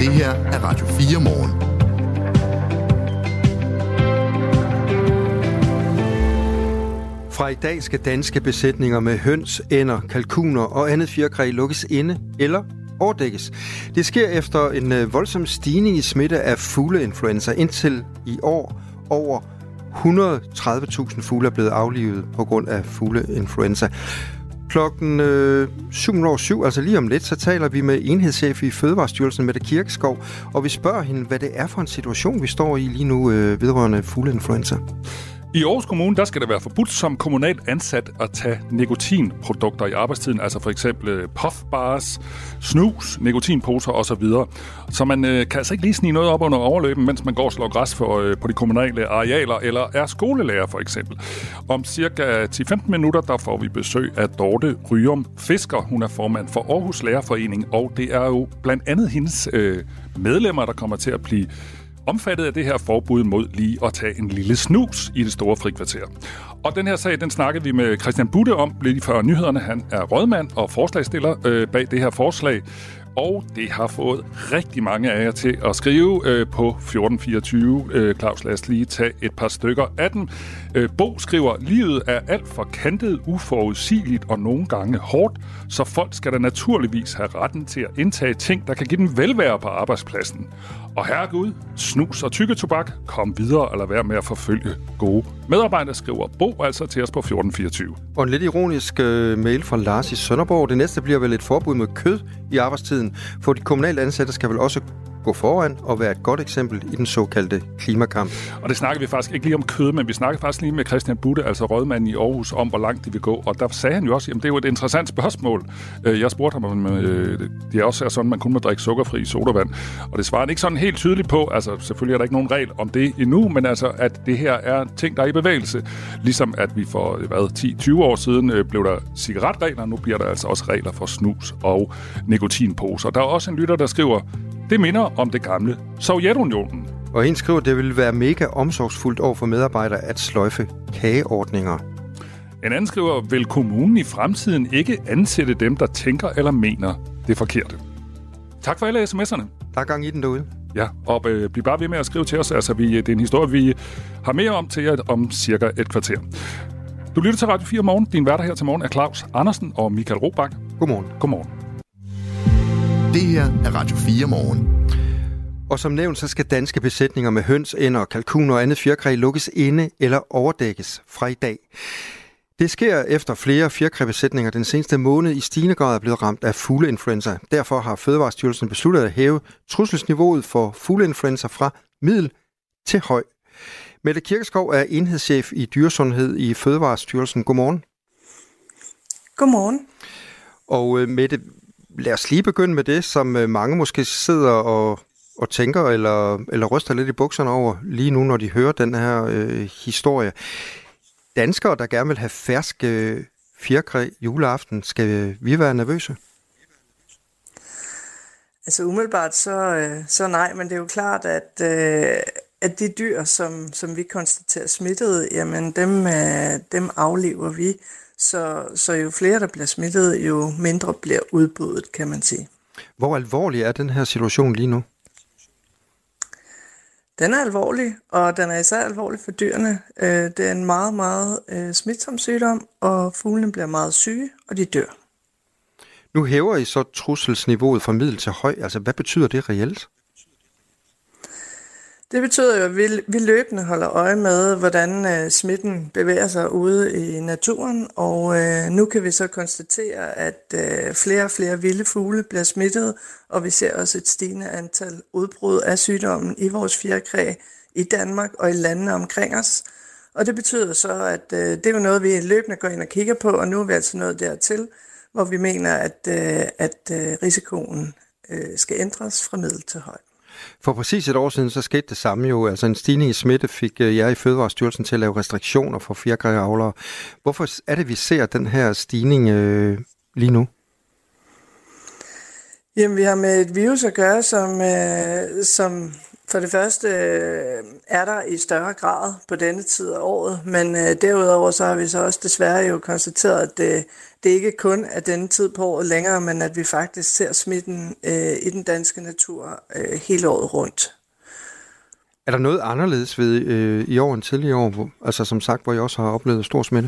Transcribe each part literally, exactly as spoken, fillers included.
Det her er Radio fire Morgen. Fra i dag skal danske besætninger med høns, ænder, kalkuner og andet fjerkræ lukkes inde eller overdækkes. Det sker efter en voldsom stigning i smitte af fugleinfluenza. Indtil i år over et hundrede og tredive tusind fugle er blevet aflivet på grund af fugleinfluenza. Klokken øh, syv over syv, altså lige om lidt, så taler vi med enhedschef i Fødevarestyrelsen, Mette Kirkeskov, og vi spørger hende, hvad det er for en situation, vi står i lige nu øh, vedrørende fugleinfluenza. I Aarhus Kommune, der skal det være forbudt som kommunalt ansat at tage nikotinprodukter i arbejdstiden, altså for eksempel puffbars, snus, nikotinposer osv. Så man øh, kan altså ikke lige snige noget op under overløben, mens man går og slår græs for, øh, på de kommunale arealer, eller er skolelærer for eksempel. Om cirka ti til femten minutter, der får vi besøg af Dorte Ryum Fisker. Hun er formand for Aarhus Lærerforening, og det er jo blandt andet hendes øh, medlemmer, der kommer til at blive omfattet af det her forbud mod lige at tage en lille snus i det store frikvarter. Og den her sag, den snakkede vi med Christian Budde om lidt før nyhederne. Han er rådmand og forslagsstiller øh, bag det her forslag. Og det har fået rigtig mange af jer til at skrive øh, på fjorten fireogtyve. Øh, Claus, lad os lige tage et par stykker af dem. Øh, Bo skriver, livet er alt for kantet, uforudsigeligt og nogle gange hårdt, så folk skal da naturligvis have retten til at indtage ting, der kan give dem velvære på arbejdspladsen. Og herregud, snus og tykketobak, kom videre eller vær med at forfølge gode medarbejdere, skriver Bo altså til os på fjorten fireogtyve. Og en lidt ironisk øh, mail fra Lars i Sønderborg. Det næste bliver vel et forbud mod kød i arbejdstiden, for de kommunale ansatte skal vel også gå foran og være et godt eksempel i den såkaldte klimakamp. Og det snakker vi faktisk ikke lige om kød, men vi snakker faktisk lige med Christian Budde, altså rådmanden i Aarhus, om hvor langt de vil gå. Og der sagde han jo også, jamen det er jo et interessant spørgsmål. Jeg spurgte ham, om det er også sådan, man kun må drikke sukkerfri sodavand. Og det svarer han ikke sådan helt tydeligt på. Altså selvfølgelig er der ikke nogen regel om det endnu, men altså at det her er ting, der er i bevægelse. Ligesom at vi for hvad, ti til tyve år siden blev der cigaretregler, nu bliver der altså også regler for snus og nikotinposer. Der er også en lytter, der skriver, det minder om det gamle Sovjetunionen. Og en skriver, at det vil være mega omsorgsfuldt over for medarbejdere at sløjfe kageordninger. En anden skriver, vil kommunen i fremtiden ikke ansætte dem, der tænker eller mener det forkerte? Tak for alle sms'erne. Der er gang i den derude. Ja, og øh, bliv bare ved med at skrive til os. Altså, vi, det er en historie, vi har mere om til jer om cirka et kvarter. Du lytter til Radio fire Morgen. Din værter her til morgen er Claus Andersen og Michael Robach. Godmorgen. Godmorgen. Det her er Radio fire Morgen. Og som nævnt, så skal danske besætninger med høns, ænder, kalkuner og andet fjerkræ lukkes inde eller overdækkes fra i dag. Det sker efter flere fjerkræbesætninger den seneste måned i stigende grad er blevet ramt af fugleinfluenza. Derfor har Fødevarestyrelsen besluttet at hæve trusselsniveauet for fugleinfluenza fra middel til høj. Mette Kirkeskov er enhedschef i dyresundhed i Fødevarestyrelsen. Godmorgen. Godmorgen. Og øh, Mette, lad os lige begynde med det, som mange måske sidder og, og tænker eller, eller ryster lidt i bukserne over lige nu, når de hører den her øh, historie. Danskere, der gerne vil have fersk øh, fjerkræ juleaften, skal vi være nervøse? Altså umiddelbart så, øh, så nej, men det er jo klart, at, øh, at de dyr, som, som vi konstaterer smittede, jamen dem, øh, dem aflever vi. Så, så jo flere, der bliver smittet, jo mindre bliver udbuddet, kan man sige. Hvor alvorlig er den her situation lige nu? Den er alvorlig, og den er især alvorlig for dyrene. Det er en meget, meget smitsom sygdom, og fuglene bliver meget syge, og de dør. Nu hæver I så trusselsniveauet fra middel til høj. Altså, hvad betyder det reelt? Det betyder jo, at vi, vi løbende holder øje med, hvordan øh, smitten bevæger sig ude i naturen, og øh, nu kan vi så konstatere, at øh, flere og flere vilde fugle bliver smittet, og vi ser også et stigende antal udbrud af sygdommen i vores fjerkræ i Danmark og i landene omkring os. Og det betyder så, at øh, det er jo noget, vi løbende går ind og kigger på, og nu er vi altså nået dertil, hvor vi mener, at, øh, at øh, risikoen øh, skal ændres fra middel til høj. For præcis et år siden, så skete det samme jo. Altså en stigning i smitte fik jer i Fødevarestyrelsen til at lave restriktioner for fjerkræavlere. Hvorfor er det, vi ser den her stigning øh, lige nu? Jamen, vi har med et virus at gøre, som, øh, som For det første øh, er der i større grad på denne tid af året, men øh, derudover så har vi så også desværre jo konstateret, at det, det ikke kun er denne tid på året længere, men at vi faktisk ser smitten øh, i den danske natur øh, hele året rundt. Er der noget anderledes ved øh, i år end tidligere år, hvor, altså som sagt, hvor I også har oplevet stor smitte?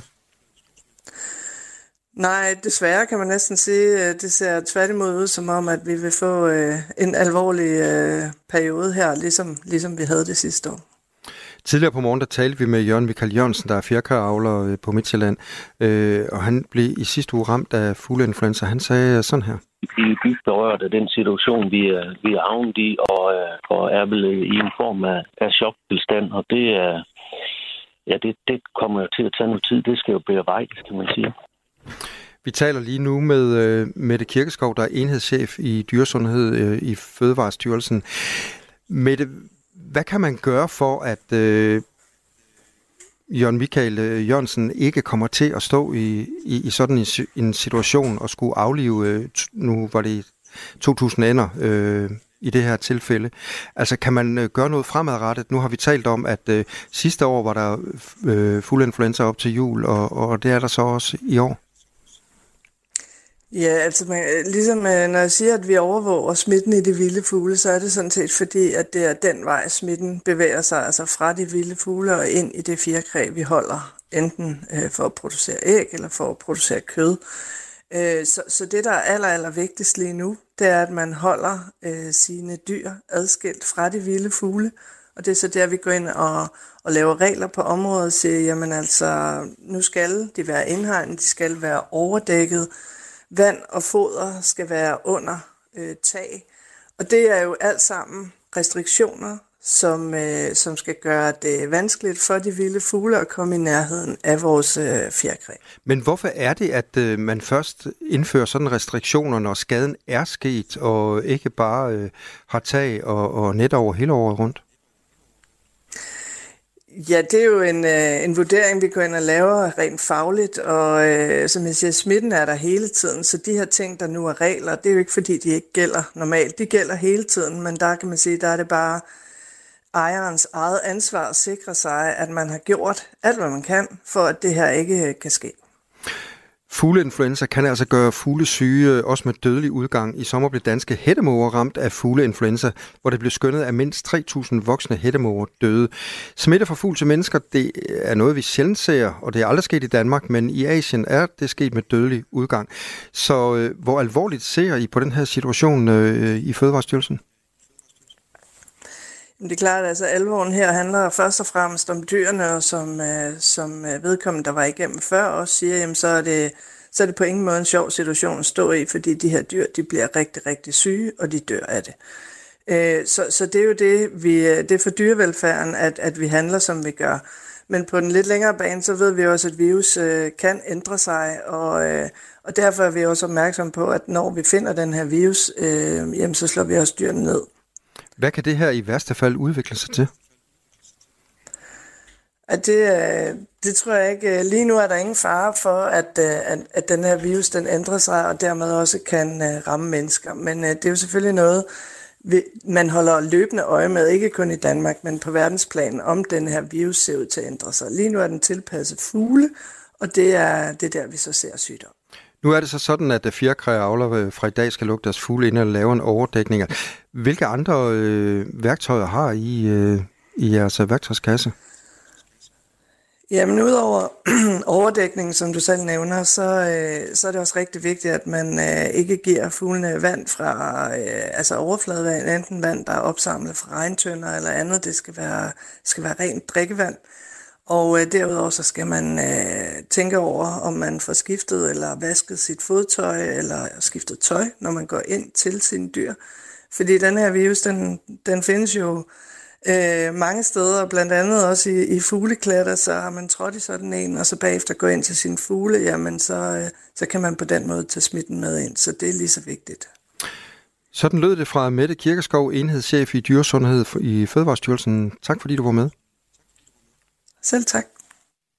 Nej, desværre kan man næsten sige, det ser tværtimod ud som om, at vi vil få øh, en alvorlig øh, periode her, ligesom, ligesom vi havde det sidste år. Tidligere på morgen, der talte vi med Jørgen Michael Jørgensen, der er fjerkræavler på Midtjylland, øh, og han blev i sidste uge ramt af fugleinfluenza. Han sagde sådan her. Vi er dybt berørt af den situation, vi er, vi er havnet i, og, og er vel i en form af, af choktilstand, og det, er, ja, det, det kommer jo til at tage noget tid. Det skal jo bearbejdes, kan man sige. Vi taler lige nu med øh, Mette Kirkeskov, der er enhedschef i dyresundhed øh, i Fødevarestyrelsen. Mette, hvad kan man gøre for, at øh, Jørgen Michael øh, Jørgensen ikke kommer til at stå i, i, i sådan en, en situation og skulle aflive, øh, nu var det to tusind ender øh, i det her tilfælde. Altså kan man øh, gøre noget fremadrettet? Nu har vi talt om, at øh, sidste år var der øh, fugleinfluenza op til jul, og, og det er der så også i år. Ja, altså man, ligesom når jeg siger, at vi overvåger smitten i de vilde fugle, så er det sådan set fordi, at det er den vej, smitten bevæger sig, altså fra de vilde fugle og ind i det fjerkræ, vi holder, enten øh, for at producere æg eller for at producere kød. Øh, så, så det, der er aller, aller vigtigst lige nu, det er, at man holder øh, sine dyr adskilt fra de vilde fugle, og det er så der, vi går ind og, og laver regler på området og siger, jamen altså, nu skal de være indhegnet, de skal være overdækket, vand og foder skal være under øh, tag. Og det er jo alt sammen restriktioner, som, øh, som skal gøre det vanskeligt for de vilde fugle at komme i nærheden af vores øh, fjerkræ. Men hvorfor er det, at øh, man først indfører sådan restriktioner, når skaden er sket, og ikke bare øh, har tag og, og net over hele året rundt? Ja, det er jo en, øh, en vurdering, vi går ind og laver rent fagligt, og øh, som jeg siger, smitten er der hele tiden, så de her ting, der nu er regler, det er jo ikke fordi, de ikke gælder normalt. De gælder hele tiden, men der kan man sige, der er det bare ejerens eget ansvar at sikre sig, at man har gjort alt, hvad man kan, for at det her ikke kan ske. Fugleinfluenza kan altså gøre fugle syge, også med dødelig udgang. I sommer blev danske hættemåger ramt af fugleinfluenza, hvor det blev skønnet, at mindst tre tusind voksne hættemåger døde. Smitte fra fugl til mennesker, det er noget, vi sjældent ser, og det er aldrig sket i Danmark, men i Asien er det sket med dødelig udgang. Så øh, hvor alvorligt ser I på den her situation øh, i Fødevarestyrelsen? Det er klart, at altså, alvoren her handler først og fremmest om dyrene, og som, øh, som vedkommende, der var igennem før, også siger, jamen, så, er det, så er det på ingen måde en sjov situation at stå i, fordi de her dyr, de bliver rigtig, rigtig syge, og de dør af det. Øh, så, så det er jo det, vi, det er for dyrevelfærden, at, at vi handler, som vi gør. Men på den lidt længere bane, så ved vi også, at virus øh, kan ændre sig, og, øh, og derfor er vi også opmærksomme på, at når vi finder den her virus, øh, jamen, så slår vi også dyrene ned. Hvad kan det her i værste fald udvikle sig til? At det, det tror jeg ikke. Lige nu er der ingen fare for, at, at, at den her virus den ændrer sig, og dermed også kan ramme mennesker. Men det er jo selvfølgelig noget, man holder løbende øje med, ikke kun i Danmark, men på verdensplan, om den her virus ser ud til at ændre sig. Lige nu er den tilpasset fugle, og det er, det er der, vi så ser sygdom. Nu er det så sådan, at fjerkræavlere fra i dag skal lukke deres fugle ind og lave en overdækning. Hvilke andre øh, værktøjer har I øh, i jeres værktøjskasse? Jamen udover overdækningen, som du selv nævner, så, øh, så er det også rigtig vigtigt, at man øh, ikke giver fuglene vand fra øh, altså overfladevand, enten vand, der er opsamlet fra regntønder eller andet. Det skal være, skal være rent drikkevand. Og øh, derudover så skal man øh, tænke over, om man får skiftet eller vasket sit fodtøj eller skiftet tøj, når man går ind til sine dyr. Fordi den her virus, den, den findes jo øh, mange steder, blandt andet også i, i fugleklatter, så har man trådt i sådan en, og så bagefter går ind til sine fugle, jamen så, øh, så kan man på den måde tage smitten med ind, så det er lige så vigtigt. Sådan lød det fra Mette Kirkeskov, enhedschef i dyresundhed i Fødevarestyrelsen. Tak fordi du var med. Selv tak.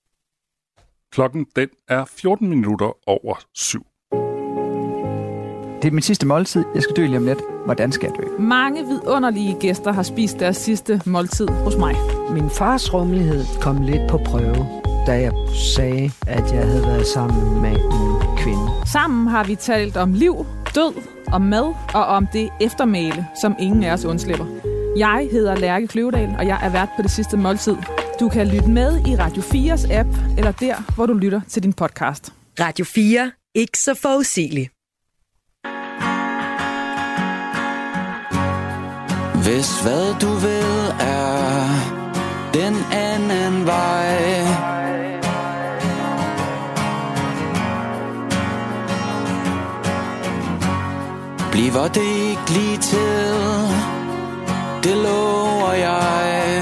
Klokken den er fjorten minutter over syv. Det er min sidste måltid. Jeg skal dø lige om lidt. Hvordan skal jeg dø? Mange vidunderlige gæster har spist deres sidste måltid hos mig. Min fars rummelighed kom lidt på prøve, da jeg sagde, at jeg havde været sammen med en kvinde. Sammen har vi talt om liv, død, om mad og om det eftermæle, som ingen af os undslipper. Jeg hedder Lærke Kløvedal, og jeg er vært på Det Sidste Måltid. Du kan lytte med i Radio fires app, eller der, hvor du lytter til din podcast. Radio fire. Ikke så forudsigeligt. Hvis hvad du vil er den anden vej, bliver det ikke lige til, det lover jeg.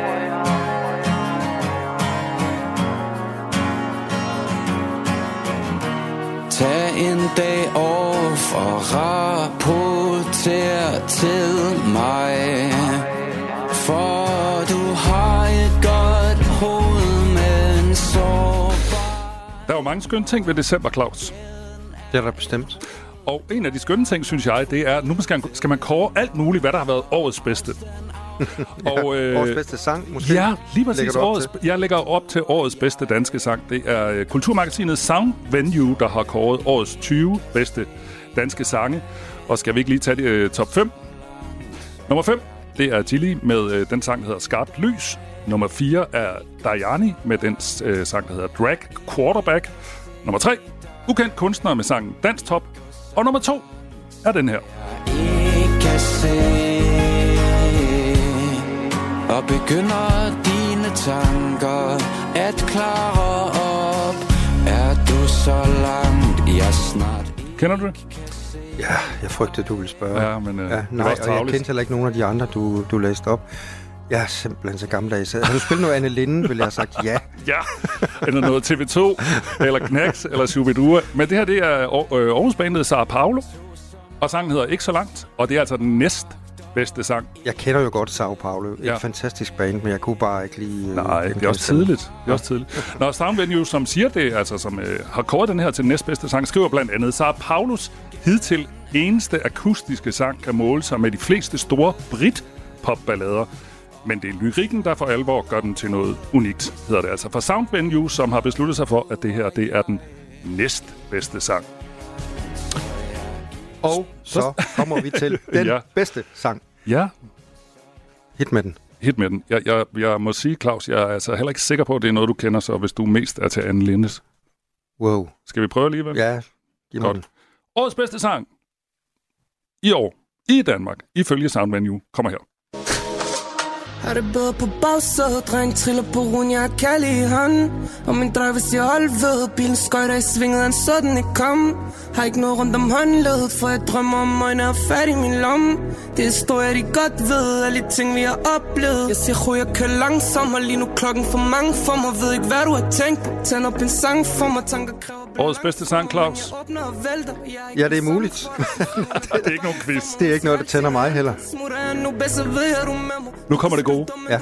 Tag en dag off og rapporter til mig, for du har et godt hoved, men sårbar. Der er jo mange skønne ting ved december, Claus. Det er der bestemt. Og en af de skønne ting, synes jeg, det er, nu skal man, skal man kåre alt muligt, hvad der har været årets bedste. Og, ja, øh, årets bedste sang, måske? Ja, lige præcis. Årets, jeg lægger op til årets bedste danske sang. Det er uh, kulturmagasinet Sound Venue, der har kåret årets tyve bedste danske sange. Og skal vi ikke lige tage det, uh, top fem? Nummer fem, det er Gilly med uh, den sang, der hedder Skarpt Lys. Nummer fire er Dajani med den uh, sang, der hedder Drag Quarterback. Nummer tre, ukendt kunstner med sangen Dans Top. Og nummer to er den her. Og begynder dine tanker at klare op. Er du så langt, jeg snart... Kender du det? Ja, jeg frygtede, du ville spørge. Ja, men øh, ja, nej, og jeg kendte heller ikke nogen af de andre, du, du læste op. Jeg er simpelthen så gammeldags. Har du spillet noget Anne Linde, ville jeg have sagt ja. Ja, eller noget T V to, eller Knacks, eller Shubidua. Men det her, det er Aarhus-bandet Sao Paulo, og sangen hedder Ikke så langt, og det er altså den næst bedste sang. Jeg kender jo godt Sao Paulo. Et ja. fantastisk band, men jeg kunne bare ikke lige... Nej, det er også tidligt. Det er også tidligt. Når Sound Venue, som siger det, altså som øh, har kåret den her til den næstbedste sang, skriver blandt andet, Sao Paulos hidtil eneste akustiske sang kan måle sig med de fleste store Brit-pop-ballader. Men det er lyrikken, der for alvor gør den til noget unikt, hedder det altså. For Sound Venue, som har besluttet sig for, at det her, det er den næstbedste sang. Og så kommer vi til den ja. bedste sang. Ja. Hit med den. Hit med den. Jeg, jeg, jeg må sige, Claus, jeg er altså heller ikke sikker på, at det er noget, du kender, så hvis du mest er til Anne Lindes. Wow. Skal vi prøve alligevel? Ja, giv mig den. Årets bedste sang i år, i Danmark, ifølge Sound Venue, kommer her. Har det bedre på bagsædet, dreng triller på ruen, jeg er kærlig i hånden. Og min drøj vil sige hold ved, bilen skøjter i svinget, han så den ikke komme. Har ikke noget rundt om håndledet, for jeg drømmer om øjne og fat i min lomme. Det er historier, de godt ved, alle de ting vi har oplevet. Jeg siger ro, jeg kører langsomt, og lige nu klokken for mange for mig. Ved ikke hvad du har tænkt på, tænd op en sang for mig, tanker kræver. Årets bedste sang, Claus. Ja, det er muligt. Det er ikke nogen quiz. Det er ikke noget, der tænder mig heller. Nu kommer det gode. Ja.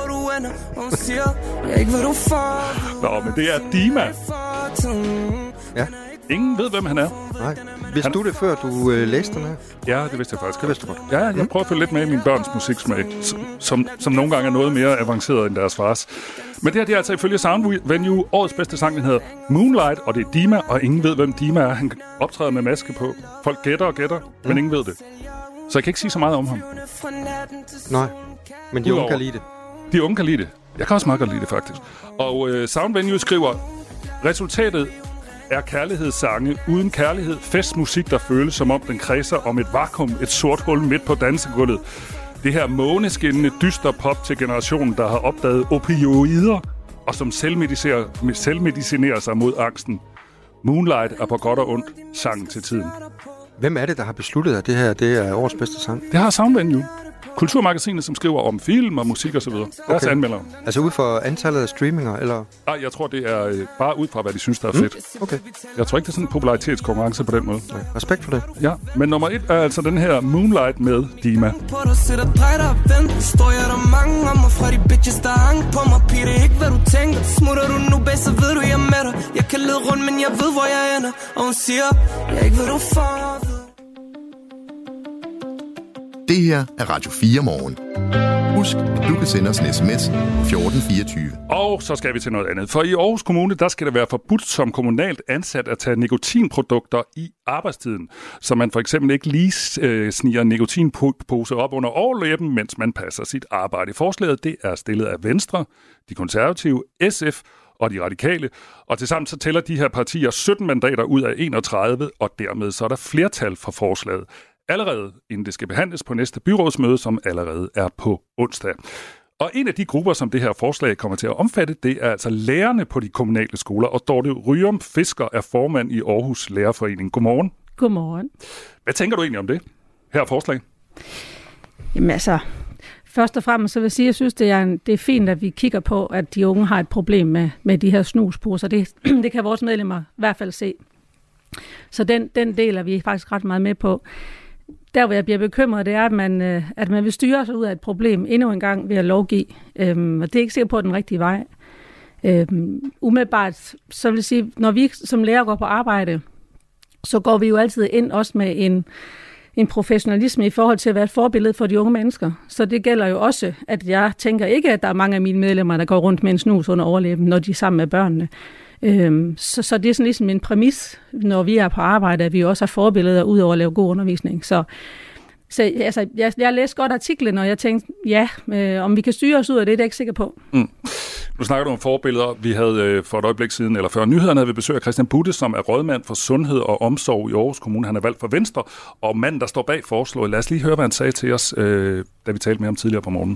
Nå, men det er Dima. Ja. Ingen ved, hvem han er. Nej. Vidste han... du det, før du øh, læste den her? Ja, det vidste jeg faktisk. Det vidste du godt. Ja, jeg prøver at følge lidt med i mine børns musiksmag, som, som nogle gange er noget mere avanceret end deres fars. Men det her, det er altså ifølge Sound Venue årets bedste sang, den hedder Moonlight, og det er Dima, og ingen ved, hvem Dima er. Han optræder med maske på. Folk gætter og gætter, mm. men ingen ved det. Så jeg kan ikke sige så meget om ham. Nej, men de unge kan lide det. De unge kan lide det. Jeg kan også meget godt lide det, faktisk. Og øh, Sound Venue skriver, resultatet er kærlighedssange uden kærlighed, festmusik, der føles som om den kredser om et vakuum, et sort hul midt på dansegulvet. Det her måneskinnende dyster pop til generationen, der har opdaget opioider, og som selvmedicinerer, selvmedicinerer sig mod angsten. Moonlight er på godt og ondt sangen til tiden. Hvem er det, der har besluttet, at det her det er årets bedste sang? Det har Sound Venue. Kulturmagasinet, som skriver om film og musik og så videre. Deres okay. anmelder. Altså ud fra antallet af streaminger, eller? Nej, jeg tror, det er øh, bare ud fra, hvad de synes, der er fedt. Mm. Okay. Jeg tror ikke, det er sådan en popularitetskonkurrence på den måde. Nej. Respekt for det. Ja, men nummer et er altså den her Moonlight med Dima. Står jeg der mange om mig fra de bitches, der hang på mig. Pige, det er ikke, hvad du tænker. Smutter du nu bedst, så ved du, jeg er med dig. Jeg kan lede rundt, men jeg ved, hvor jeg ender. Og hun siger, jeg ikke ved, du får. Det her er Radio fire Morgen. Husk, at du kan sende os en sms fjorten fireogtyve. Og så skal vi til noget andet. For i Aarhus Kommune, der skal det være forbudt som kommunalt ansat at tage nikotinprodukter i arbejdstiden. Så man for eksempel ikke lige øh, sniger nikotinposer op under overlæben, mens man passer sit arbejde. I forslaget, det er stillet af Venstre, de konservative, S F og de radikale. Og tilsammen så tæller de her partier sytten mandater ud af enogtredive, og dermed så er der flertal for forslaget. Allerede inden det skal behandles på næste byrådsmøde, som allerede er på onsdag. Og en af de grupper, som det her forslag kommer til at omfatte, det er altså lærerne på de kommunale skoler. Og Dorte Ryum Fisker er formand i Aarhus Lærerforening. Godmorgen. Godmorgen. Hvad tænker du egentlig om det her forslag? Jamen altså, først og fremmest så vil jeg sige, at jeg synes, det er, en, det er fint, at vi kigger på, at de unge har et problem med, med de her snusposer. Det, det kan vores medlemmer i hvert fald se. Så den, den del er vi faktisk ret meget med på. Der, hvor jeg bliver bekymret, det er, at man, at man vil styre sig ud af et problem endnu en gang ved at lovgive. Øhm, og det er ikke sikkert på den rigtige vej. Øhm, umiddelbart, så vil jeg sige, når vi som lærer går på arbejde, så går vi jo altid ind også med en, en professionalisme i forhold til at være et forbillede for de unge mennesker. Så det gælder jo også, at jeg tænker ikke, at der er mange af mine medlemmer, der går rundt med en snus under overlæben, når de er sammen med børnene. Øhm, så, så det er sådan ligesom en præmis, når vi er på arbejde, at vi også har forbilleder ud over at lave god undervisning. Så, så altså, jeg, jeg læste godt artiklen, og jeg tænkte, ja, øh, om vi kan styre os ud af det, det er jeg ikke sikker på. Mm. Nu snakker du om forbilleder. Vi havde øh, for et øjeblik siden, eller før nyhederne, havde vi besøg af Christian Butte, som er rådmand for sundhed og omsorg i Aarhus Kommune. Han er valgt for Venstre, og manden, der står bag forslaget. Lad os lige høre, hvad han sagde til os, øh, da vi talte med ham tidligere på morgenen.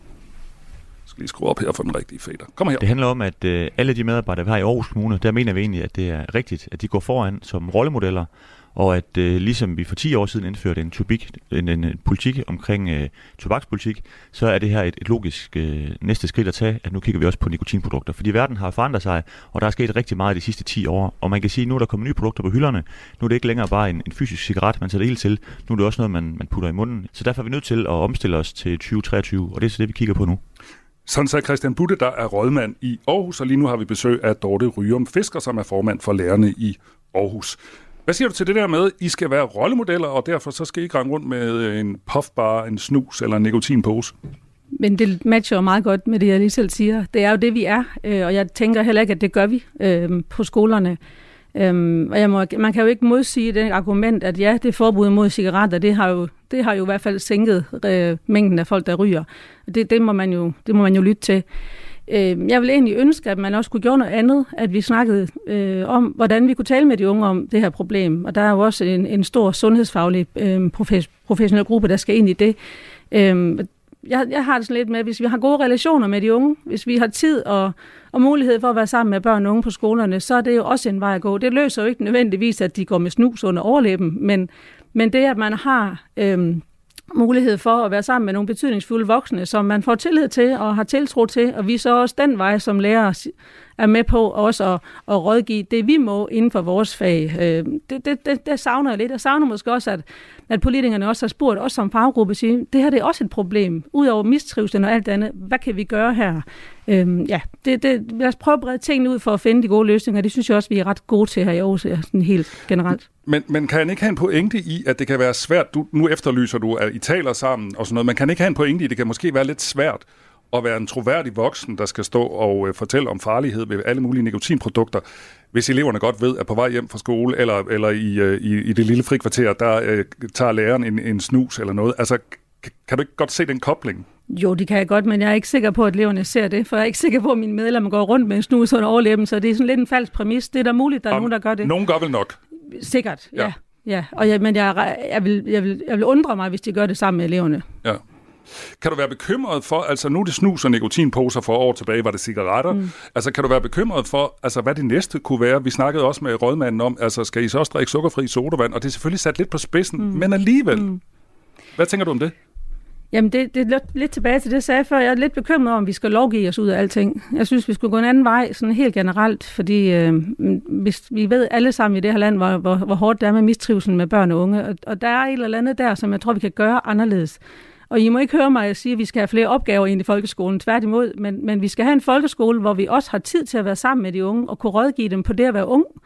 Lige skrue op her for den rigtige fader. Kom her. Det handler om, at øh, alle de medarbejdere, vi har i Aarhus Kommune, der mener vi egentlig, at det er rigtigt, at de går foran som rollemodeller, og at øh, ligesom vi for ti år siden indførte en, tobik, en, en, en politik omkring øh, tobakspolitik, så er det her et, et logisk øh, næste skridt at tage, at nu kigger vi også på nikotinprodukter. Fordi verden har forandret sig, og der er sket rigtig meget de sidste ti år, og man kan sige, at nu er der kommet nye produkter på hylderne. Nu er det ikke længere bare en, en fysisk cigaret, man sætter ild til. Nu er det også noget, man, man putter i munden. Så derfor er vi nødt til at omstille os til tyve treogtyve, og det er så det, vi kigger på nu. Sådan sagde Christian Butte, der er rådmand i Aarhus, og lige nu har vi besøg af Dorte Ryum Fisker, som er formand for lærerne i Aarhus. Hvad siger du til det der med, at I skal være rollemodeller, og derfor så skal I ikke rende rundt med en puffbar, en snus eller en nikotinpose? Men det matcher jo meget godt med det, jeg lige selv siger. Det er jo det, vi er, og jeg tænker heller ikke, at det gør vi øh, på skolerne. Øhm, og jeg må, man kan jo ikke modsige det argument, at ja, det forbud mod cigaretter, det har jo, det har jo i hvert fald sænket øh, mængden af folk, der ryger. Det, det, må man jo, det må man jo lytte til. Øh, jeg vil egentlig ønske, at man også kunne gøre noget andet, at vi snakkede øh, om, hvordan vi kunne tale med de unge om det her problem. Og der er jo også en, en stor sundhedsfaglig øh, profes, professionel gruppe, der skal ind i det. Øh, Jeg, jeg har det sådan lidt med, at hvis vi har gode relationer med de unge, hvis vi har tid og, og mulighed for at være sammen med børn og unge på skolerne, så er det jo også en vej at gå. Det løser jo ikke nødvendigvis, at de går med snus under overlæben, men, men det, at man har øhm, mulighed for at være sammen med nogle betydningsfulde voksne, som man får tillid til og har tiltro til, og vi så også den vej som lærer er med på også at, at rådgive det, vi må inden for vores fag. Det, det, det, det savner jeg lidt. Jeg savner måske også, at, at politikerne også har spurgt os som faggruppe og sige, det her det er også et problem. Udover mistrivsel og alt andet, hvad kan vi gøre her? Øhm, ja, det, det, lad os prøve at brede tingene ud for at finde de gode løsninger. Det synes jeg også, vi er ret gode til her i Aarhus, sådan helt generelt. Men, men kan han ikke have en pointe i, at det kan være svært? Du, nu efterlyser du, at I taler sammen og sådan noget. Man kan ikke have en pointe i, at det kan måske være lidt svært at være en troværdig voksen, der skal stå og øh, fortælle om farlighed ved alle mulige nikotinprodukter, hvis eleverne godt ved, at på vej hjem fra skole, eller, eller i, øh, i, i det lille frikvarter, der øh, tager læreren en, en snus eller noget. Altså, kan du ikke godt se den kobling? Jo, det kan jeg godt, men jeg er ikke sikker på, at eleverne ser det, for jeg er ikke sikker på, at mine medlemmer går rundt med en snus under overlæben, så det er sådan lidt en falsk præmis. Det er da muligt, der er Om, nogen, der gør det. Nogen gør vel nok? Sikkert, ja. ja. ja. Og jeg, men jeg, jeg, vil, jeg, vil, jeg vil undre mig, hvis de gør det sammen med eleverne. Ja. Kan du være bekymret for, altså nu er det snus og nikotinposer, for år tilbage var det cigaretter, mm. altså kan du være bekymret for, altså hvad det næste kunne være? Vi snakkede også med rådmanden om, altså skal I så også drikke sukkerfri sodavand, og det er selvfølgelig sat lidt på spidsen, mm. men alligevel. Mm. Hvad tænker du om det? Jamen det, det er lidt, lidt tilbage til det, jeg sagde før. Jeg er lidt bekymret om, vi skal lovgive os ud af alting. Jeg synes, vi skulle gå en anden vej, sådan helt generelt, fordi øh, hvis vi ved alle sammen i det her land, hvor, hvor, hvor hårdt det er med mistrivsel med børn og unge, og, og der er et eller andet der, som jeg tror, vi kan gøre anderledes. Og I må ikke høre mig sige, at vi skal have flere opgaver ind i folkeskolen, tværtimod, men, men vi skal have en folkeskole, hvor vi også har tid til at være sammen med de unge og kunne rådgive dem på det at være ung.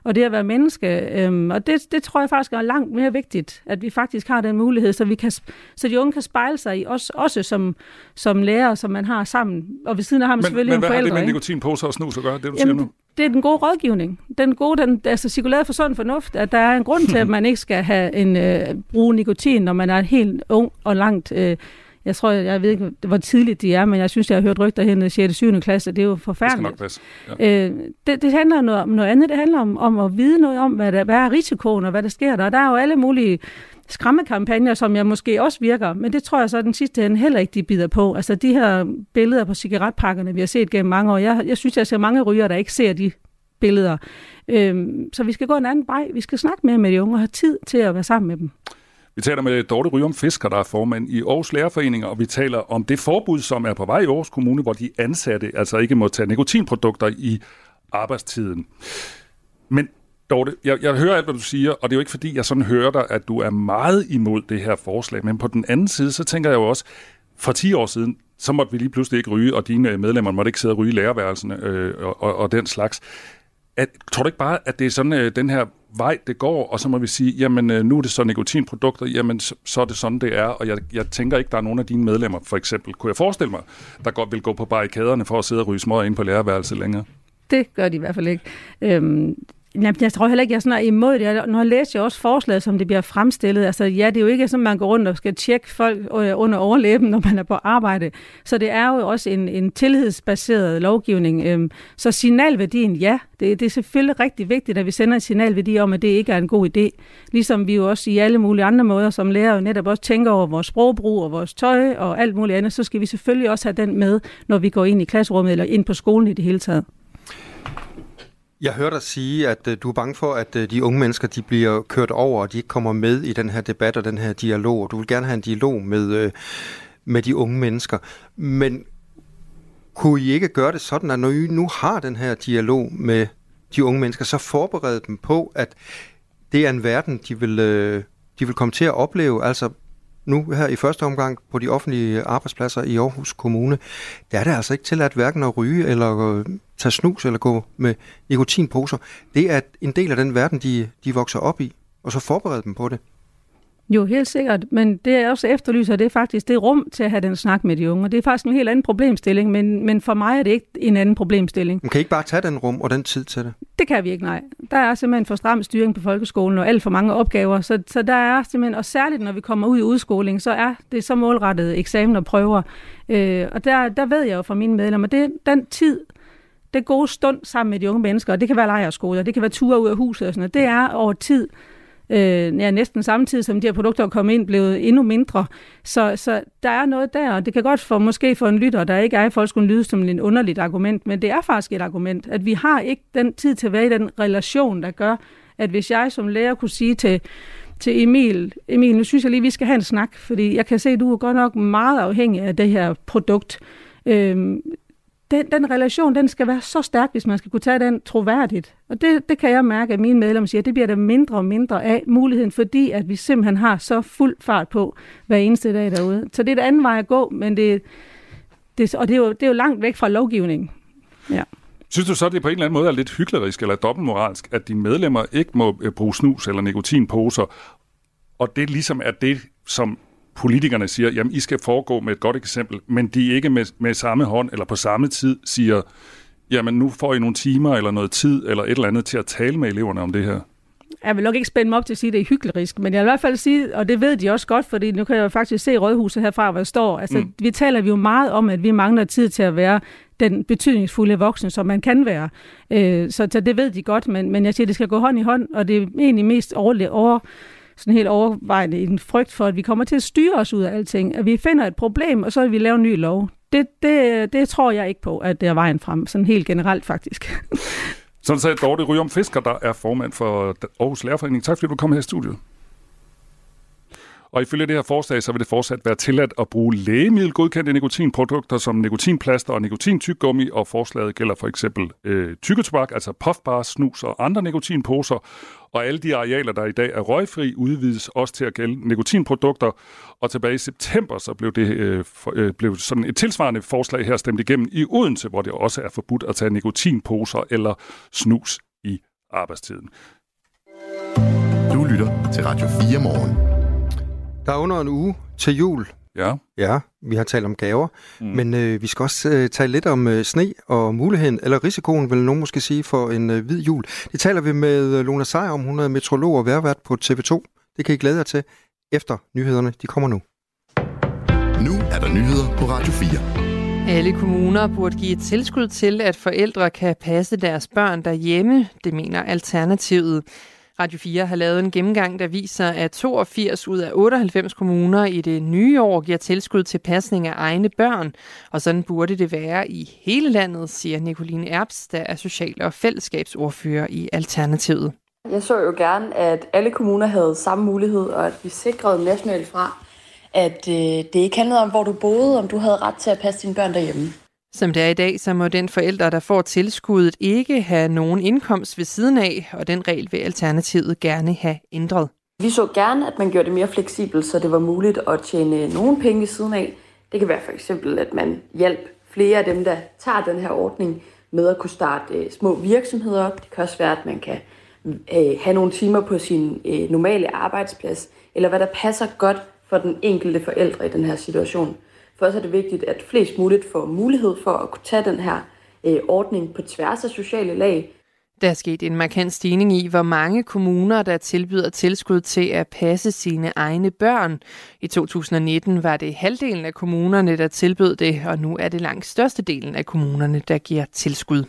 og det at være menneske. Øhm, og det, det tror jeg faktisk er langt mere vigtigt, at vi faktisk har den mulighed, så, vi kan, så de unge kan spejle sig i os, også som, som lærer, som man har sammen. Og ved siden af har man men, selvfølgelig men en forældre. Men hvad har det med nikotinposer og snus at gøre, det du Jamen, siger nu? Det er den gode rådgivning. Den gode, den, altså cirkuleret for sund fornuft, at der er en grund til, at man ikke skal have en øh, bruge nikotin, når man er helt ung og langt. Øh, jeg tror, jeg, jeg ved ikke, hvor tidligt de er, men jeg synes, jeg har hørt rygter hen i sjette og syvende klasse, det er jo forfærdeligt. Det skal nok passe. Ja. Øh, det, det handler noget om noget andet. Det handler om, om at vide noget om, hvad, der, hvad er risikoen og hvad der sker der. Og der er jo alle mulige skræmmekampagner, som jeg måske også virker, men det tror jeg så, at den sidste ende heller ikke, de bider på. Altså de her billeder på cigaretpakkerne, vi har set gennem mange år. Jeg, jeg synes, jeg ser mange rygere, der ikke ser de billeder. Øhm, så vi skal gå en anden vej. Vi skal snakke mere med de unge og have tid til at være sammen med dem. Vi taler med Dorte Ryum Fisker, der er formand i Aarhus Lærerforening, og vi taler om det forbud, som er på vej i Aarhus Kommune, hvor de ansatte altså ikke må tage nikotinprodukter i arbejdstiden. Men Dorte, jeg, jeg hører alt, hvad du siger, og det er jo ikke fordi, jeg sådan hører dig, at du er meget imod det her forslag. Men på den anden side, så tænker jeg jo også, for ti år siden, så måtte vi lige pludselig ikke ryge, og dine medlemmer måtte ikke sidde og ryge i lærerværelserne øh, og, og, og den slags. At, tror du ikke bare, at det er sådan øh, den her vej, det går, og så må vi sige, jamen øh, nu er det så nikotinprodukter, jamen så, så er det sådan, det er, og jeg, jeg tænker ikke, der er nogen af dine medlemmer, for eksempel, kunne jeg forestille mig, der godt vil gå på barrikaderne for at sidde og ryge smøger ind på lærerværelset længere? Det gør de i hvert fald ikke. Øhm Jeg tror heller ikke, jeg er sådan imod det. Når jeg læser også forslaget, som det bliver fremstillet, altså ja, det er jo ikke sådan, man går rundt og skal tjekke folk under overlæben, når man er på arbejde. Så det er jo også en, en tillidsbaseret lovgivning. Så signalværdien, ja, det, det er selvfølgelig rigtig vigtigt, at vi sender en signalværdi om, at det ikke er en god idé. Ligesom vi jo også i alle mulige andre måder, som lærer jo netop også tænker over vores sprogbrug og vores tøj og alt muligt andet, så skal vi selvfølgelig også have den med, når vi går ind i klasserummet eller ind på skolen i det hele taget. Jeg hørte dig sige, at uh, du er bange for, at uh, de unge mennesker de bliver kørt over, og de ikke kommer med i den her debat og den her dialog. Og du vil gerne have en dialog med, uh, med de unge mennesker. Men kunne I ikke gøre det sådan, at når I nu har den her dialog med de unge mennesker, så forberede dem på, at det er en verden, de vil, uh, de vil komme til at opleve, altså nu her i første omgang på de offentlige arbejdspladser i Aarhus Kommune, der er det altså ikke tilladt hverken at ryge eller tage snus eller gå med nikotinposer. Det er en del af den verden, de, de vokser op i, og så forberede dem på det. Jo, helt sikkert, men det jeg også efterlyser, det er faktisk det rum til at have den snak med de unge, og det er faktisk en helt anden problemstilling, men, men for mig er det ikke en anden problemstilling. Man kan I ikke bare tage den rum og den tid til det? Det kan vi ikke, nej. Der er simpelthen for stram styring på folkeskolen og alt for mange opgaver, så, så der er simpelthen, og særligt når vi kommer ud i udskoling, så er det så målrettet eksamen og prøver, øh, og der, der ved jeg jo fra mine medlemmer, det den tid, det gode stund sammen med de unge mennesker, og det kan være lejrskoler, det kan være ture ud af huset og sådan noget, det er over tid, Øh, ja, næsten samtidig som de her produkter er kommet ind, blevet endnu mindre. Så, så der er noget der, og det kan godt for måske for en lytter, der ikke er i folkeskolen, lyde som en underligt argument, men det er faktisk et argument, at vi har ikke den tid til at være i den relation, der gør, at hvis jeg som lærer kunne sige til, til Emil, Emil, nu synes jeg lige, vi skal have en snak, fordi jeg kan se, at du er godt nok meget afhængig af det her produkt. Øh, Den, den relation, den skal være så stærk, hvis man skal kunne tage den troværdigt. Og det, det kan jeg mærke, at mine medlemmer siger, at det bliver der mindre og mindre af muligheden, fordi at vi simpelthen har så fuld fart på hver eneste dag derude. Så det er et andet vej at gå, men det, det, og det, er jo, det er jo langt væk fra lovgivningen. Ja. Synes du så, at det på en eller anden måde er lidt hyklerisk eller dobbeltmoralsk, at dine medlemmer ikke må bruge snus eller nikotinposer, og det ligesom er det, som politikerne siger, jamen I skal foregå med et godt eksempel, men de ikke med, med samme hånd eller på samme tid siger, jamen nu får I nogle timer eller noget tid eller et eller andet til at tale med eleverne om det her. Jeg vil nok ikke spænde mig op til at sige, at det er hyklerisk, men jeg vil i hvert fald sige, og det ved de også godt, fordi nu kan jeg jo faktisk se Rådhuset herfra, hvor jeg står. Altså, mm. vi taler jo meget om, at vi mangler tid til at være den betydningsfulde voksne, som man kan være. Øh, så, så det ved de godt, men, men jeg siger, at det skal gå hånd i hånd, og det er egentlig mest overlevet over sådan helt overvejende i en frygt for, at vi kommer til at styre os ud af alting, at vi finder et problem, og så vil vi lave en ny lov. Det, det, det tror jeg ikke på, at det er vejen frem, sådan helt generelt faktisk. Sådan sagde Dorte Ryum Fisker, der er formand for Aarhus Lærerforening. Tak fordi du kom her i studiet. Og ifølge det her forslag, så vil det fortsat være tilladt at bruge lægemiddelgodkendte nikotinprodukter som nikotinplaster og nikotintyggegummi, og forslaget gælder for eksempel øh, tykketobak, altså puffbars, snus og andre nikotinposer. Og alle de arealer, der i dag er røgfri, udvides også til at gælde nikotinprodukter. Og tilbage i september, så blev det øh, for, øh, blev sådan et tilsvarende forslag her stemt igennem i Odense, hvor det også er forbudt at tage nikotinposer eller snus i arbejdstiden. Du lytter til Radio fire Morgen. Der er under en uge til jul. Ja. Ja, vi har talt om gaver, mm. men øh, vi skal også øh, tale lidt om øh, sne og muligheden, eller risikoen, vil nogen måske sige, for en øh, hvid jul. Det taler vi med Lone Sejer om. Hun er meteorolog og vejrvært på T V to. Det kan I glæde jer til efter nyhederne. De kommer nu. Nu er der nyheder på Radio fire. Alle kommuner burde give et tilskud til, at forældre kan passe deres børn derhjemme. Det mener Alternativet. Radio fire har lavet en gennemgang, der viser, at toogfirs ud af otteoghalvfems kommuner i det nye år giver tilskud til pasning af egne børn. Og sådan burde det være i hele landet, siger Nicoline Erbs, der er social- og fællesskabsordfører i Alternativet. Jeg så jo gerne, at alle kommuner havde samme mulighed, og at vi sikrede nationalt fra, at øh, det ikke handlede om, hvor du boede, om du havde ret til at passe dine børn derhjemme. Som det er i dag, så må den forælder, der får tilskuddet, ikke have nogen indkomst ved siden af, og den regel vil Alternativet gerne have ændret. Vi så gerne, at man gjorde det mere fleksibelt, så det var muligt at tjene nogle penge ved siden af. Det kan være for eksempel, at man hjælper flere af dem, der tager den her ordning med at kunne starte øh, små virksomheder op. Det kan også være, at man kan øh, have nogle timer på sin øh, normale arbejdsplads, eller hvad der passer godt for den enkelte forældre i den her situation. For os er det vigtigt, at flest muligt får mulighed for at kunne tage den her øh, ordning på tværs af sociale lag. Der er sket en markant stigning i, hvor mange kommuner, der tilbyder tilskud til at passe sine egne børn. I to tusind nitten var det halvdelen af kommunerne, der tilbød det, og nu er det langt størstedelen af kommunerne, der giver tilskud.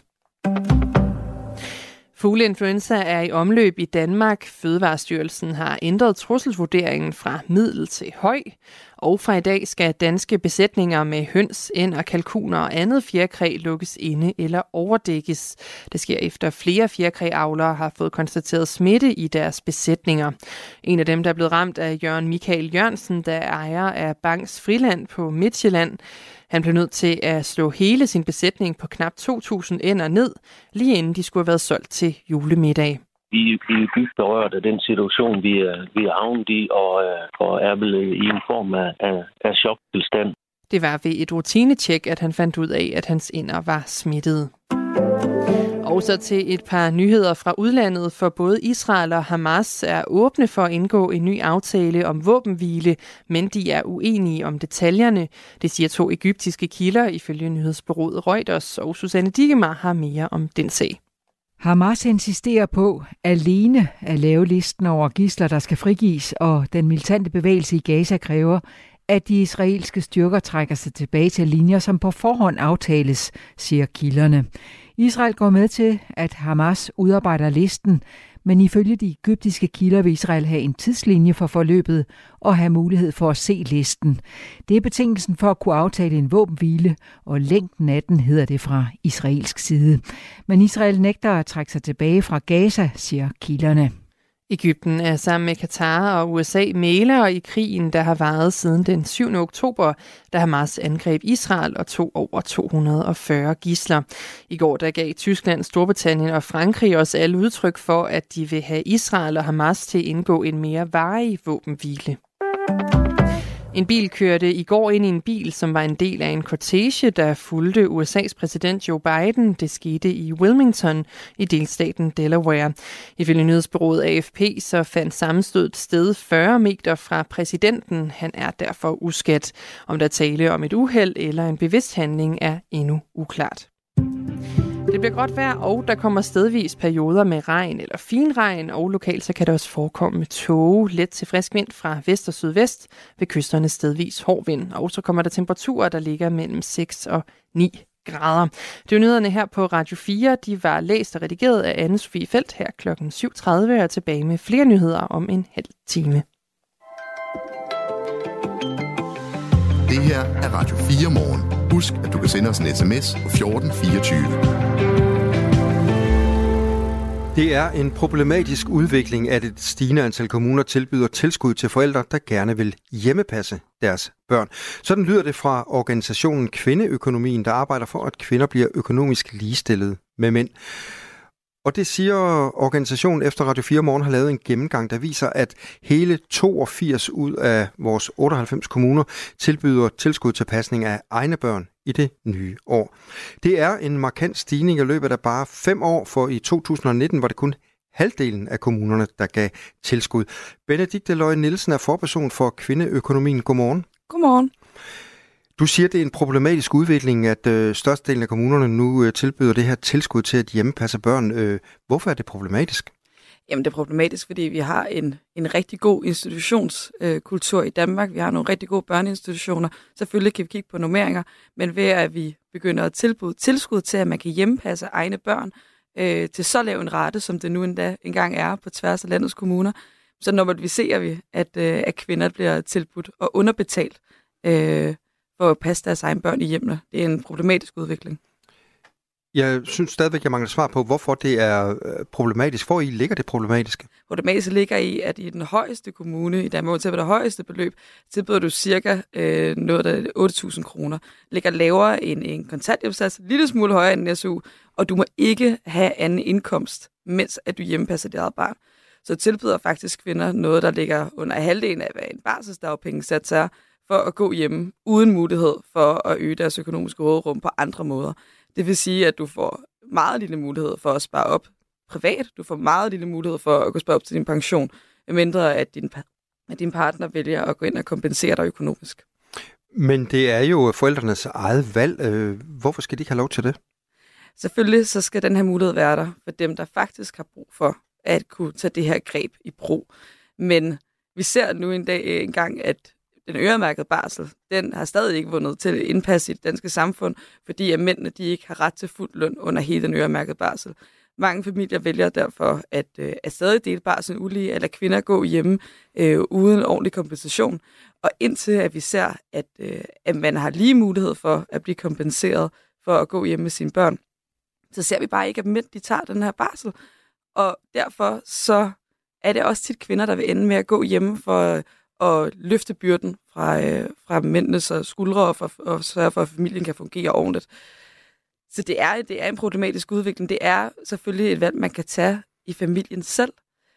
Fugleinfluenza er i omløb i Danmark. Fødevarestyrelsen har ændret trusselsvurderingen fra middel til høj. Og fra i dag skal danske besætninger med høns, ænder, kalkuner og andet fjerkræ lukkes inde eller overdækkes. Det sker efter flere fjerkræavlere har fået konstateret smitte i deres besætninger. En af dem, der er blevet ramt, er Jørgen Michael Jørgensen, der er ejer af Bangs Friland på Midtjylland. Han blev nødt til at slå hele sin besætning på knap to tusind ænder ned, lige inden de skulle have været solgt til julemiddag. Vi, vi er dybt berørt af den situation, vi er, vi er havnet i, og, og er vel i en form af, af, af choktilstand. Det var ved et rutinetjek, at han fandt ud af, at hans ænder var smittede. Og så til et par nyheder fra udlandet, for både Israel og Hamas er åbne for at indgå en ny aftale om våbenhvile, men de er uenige om detaljerne. Det siger to egyptiske kilder ifølge nyhedsbureauet Reuters, og Susanne Dikemar har mere om den sag. Hamas insisterer på alene at lave listen over gidsler, der skal frigives, og den militante bevægelse i Gaza kræver, at de israelske styrker trækker sig tilbage til linjer, som på forhånd aftales, siger kilderne. Israel går med til, at Hamas udarbejder listen, men ifølge de egyptiske kilder vil Israel have en tidslinje for forløbet og have mulighed for at se listen. Det er betingelsen for at kunne aftale en våbenhvile, og længden af den hedder det fra israelsk side. Men Israel nægter at trække sig tilbage fra Gaza, siger kilderne. Egypten er sammen med Katar og U S A mæglere i krigen, der har varet siden den syvende oktober, da Hamas angreb Israel og tog over to hundrede og fyrre gidsler. I går der gav Tyskland, Storbritannien og Frankrig også alle udtryk for, at de vil have Israel og Hamas til at indgå en mere varig våbenhvile. En bil kørte i går ind i en bil, som var en del af en kortege, der fulgte U S A's præsident Joe Biden. Det skete i Wilmington i delstaten Delaware. Ifølge nyhedsbureauet A F P så fandt sammenstødet sted fyrre meter fra præsidenten. Han er derfor uskadt. Om der tale om et uheld eller en bevidst handling er endnu uklart. Det bliver godt vejr, og der kommer stedvis perioder med regn eller finregn, og lokalt så kan der også forekomme tåge, let til frisk vind fra vest og sydvest, ved kysterne stedvis hård vind. Og så kommer der temperaturer, der ligger mellem seks og ni grader. Det er nyhederne her på Radio fire. De var læst og redigeret af Anne-Sophie Felt her klokken syv tredive, og tilbage med flere nyheder om en halv time. Det her er Radio fire Morgen. Husk, at du kan sende os en sms på fjorten fireogtyve. Det er en problematisk udvikling, at et stigende antal kommuner tilbyder tilskud til forældre, der gerne vil hjemmepasse deres børn. Sådan lyder det fra organisationen Kvindeøkonomien, der arbejder for, at kvinder bliver økonomisk ligestillede med mænd. Og det siger organisationen efter Radio fire Morgen har lavet en gennemgang, der viser, at hele toogfirs ud af vores otteoghalvfems kommuner tilbyder tilskud til pasning af egne børn i det nye år. Det er en markant stigning i løbet af bare fem år, for i to tusind nitten var det kun halvdelen af kommunerne, der gav tilskud. Benedikte Løje Nielsen er forperson for Kvindeøkonomien. Godmorgen. Godmorgen. Du siger, det er en problematisk udvikling, at øh, størstedelen af kommunerne nu øh, tilbyder det her tilskud til at hjemmepasse børn. Øh, hvorfor er det problematisk? Jamen, det er problematisk, fordi vi har en, en rigtig god institutionskultur øh, i Danmark. Vi har nogle rigtig gode børneinstitutioner. Selvfølgelig kan vi kigge på normeringer, men ved at vi begynder at tilbyde tilskud til, at man kan hjemmepasse egne børn øh, til så lav en rate, som det nu endda engang er på tværs af landets kommuner, så normaliserer vi, at, øh, at kvinder bliver tilbudt og underbetalt øh, for at passe deres egne børn i hjemmene. Det er en problematisk udvikling. Jeg synes stadigvæk, jeg mangler svar på, hvorfor det er problematisk. Hvor i ligger det problematiske? Problematisk ligger i, at i den højeste kommune, i Danmark, til det højeste beløb, tilbyder du cirka øh, noget af otte tusind kroner. Ligger lavere end en kontanthjælpssats, lille smule højere end en S U, og du må ikke have anden indkomst, mens at du hjemmepasser dit eget barn. Så tilbyder faktisk kvinder noget, der ligger under halvdelen af, hvad en barselsdagpengesats er, for at gå hjemme uden mulighed for at øge deres økonomiske råderum på andre måder. Det vil sige, at du får meget lille mulighed for at spare op privat. Du får meget lille mulighed for at kunne spare op til din pension, medmindre at din, at din partner vælger at gå ind og kompensere dig økonomisk. Men det er jo forældrenes eget valg. Hvorfor skal de ikke have lov til det? Selvfølgelig så skal den her mulighed være der for dem, der faktisk har brug for at kunne tage det her greb i brug. Men vi ser nu en dag engang, at den øremærkede barsel, den har stadig ikke vundet til indpas i det danske samfund, fordi at mændene de ikke har ret til fuld løn under hele den øremærkede barsel. Mange familier vælger derfor at, øh, at stadig dele barsel ulige, eller kvinder gå hjemme øh, uden ordentlig kompensation. Og indtil at vi ser, at, øh, at man har lige mulighed for at blive kompenseret for at gå hjemme med sine børn, så ser vi bare ikke, at mænd de tager den her barsel. Og derfor så er det også tit kvinder, der vil ende med at gå hjemme for og løfte byrden fra, øh, fra mændenes skuldre og, for, og sørge for, at familien kan fungere ordentligt. Så det er, det er en problematisk udvikling. Det er selvfølgelig et valg, man kan tage i familien selv,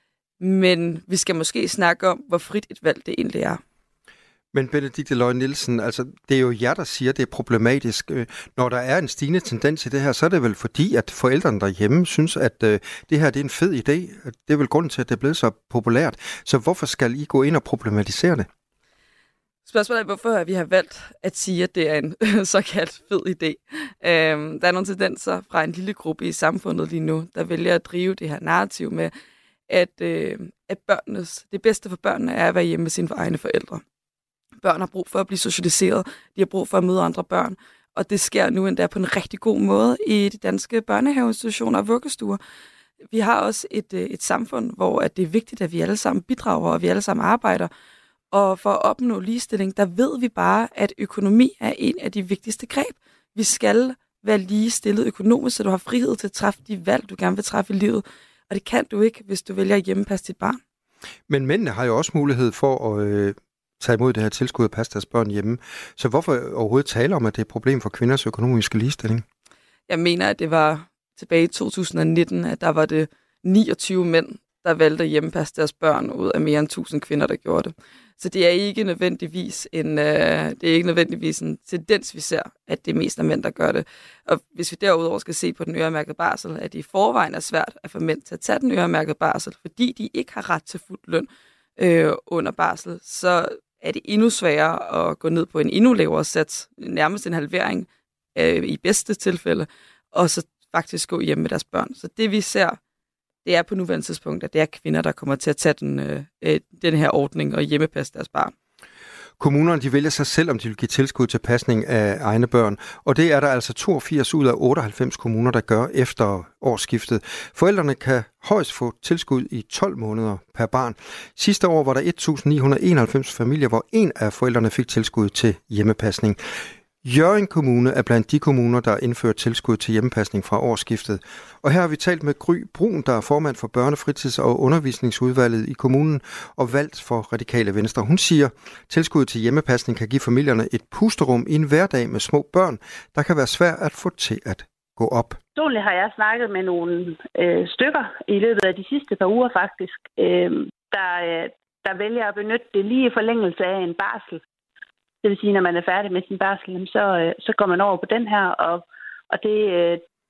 men vi skal måske snakke om, hvor frit et valg det egentlig er. Men Benedikte Løje Nielsen, altså, det er jo jer, der siger, at det er problematisk. Når der er en stigende tendens i det her, så er det vel fordi, at forældrene derhjemme synes, at øh, det her det er en fed idé. Det er vel grunden til, at det er blevet så populært. Så hvorfor skal I gå ind og problematisere det? Spørgsmålet er, hvorfor vi har valgt at sige, at det er en såkaldt fed idé. Øhm, der er nogle tendenser fra en lille gruppe i samfundet lige nu, der vælger at drive det her narrativ med, at, øh, at børnenes, det bedste for børnene er at være hjemme med sine egne forældre. Børn har brug for at blive socialiseret, de har brug for at møde andre børn, og det sker nu endda på en rigtig god måde i de danske børnehaveinstitutioner og vuggestuer. Vi har også et, et samfund, hvor at det er vigtigt, at vi alle sammen bidrager, og vi alle sammen arbejder. Og for at opnå ligestilling, der ved vi bare, at økonomi er en af de vigtigste greb. Vi skal være ligestillet økonomisk, så du har frihed til at træffe de valg, du gerne vil træffe i livet. Og det kan du ikke, hvis du vælger at hjemmepasse dit barn. Men mændene har jo også mulighed for at øh, tage imod det her tilskud og passe deres børn hjemme. Så hvorfor overhovedet tale om, at det er et problem for kvinders økonomiske ligestilling? Jeg mener, at det var tilbage i to tusind nitten, at der var det niogtyve mænd, der valgte at hjemmepasse deres børn ud af mere end tusind kvinder, der gjorde det. Så det er ikke nødvendigvis en, øh, det er ikke nødvendigvis en tendens, vi ser, at det er mest af mænd, der gør det. Og hvis vi derudover skal se på den øremærkede barsel, at det i forvejen er svært at få mænd til at tage den øremærkede barsel, fordi de ikke har ret til fuld løn øh, under barsel, så er det endnu sværere at gå ned på en endnu lavere sats, nærmest en halvering øh, i bedste tilfælde, og så faktisk gå hjem med deres børn. Så det vi ser, det er på nuværende tidspunkt, at det er kvinder, der kommer til at tage den, øh, den her ordning og hjemmepasse deres barn. Kommunerne de vælger sig selv, om de vil give tilskud til pasning af egne børn, og det er der altså toogfirs ud af otteoghalvfems kommuner, der gør efter årsskiftet. Forældrene kan højst få tilskud i tolv måneder per barn. Sidste år var der et tusind ni hundrede og enoghalvfems familier, hvor en af forældrene fik tilskud til hjemmepasning. Hjørring Kommune er blandt de kommuner, der indfører tilskud til hjemmepasning fra årsskiftet. Og her har vi talt med Gry Brun, der er formand for Børnefritids- og Undervisningsudvalget i kommunen og valgt for Radikale Venstre. Hun siger, at tilskud til hjemmepasning kan give familierne et pusterum i en hverdag med små børn, der kan være svært at få til at gå op. Personligt har jeg snakket med nogle øh, stykker i løbet af de sidste par uger faktisk, øh, der, øh, der vælger at benytte det lige i forlængelse af en barsel. Det vil sige, når man er færdig med sin barsel, så, så går man over på den her, og, og det,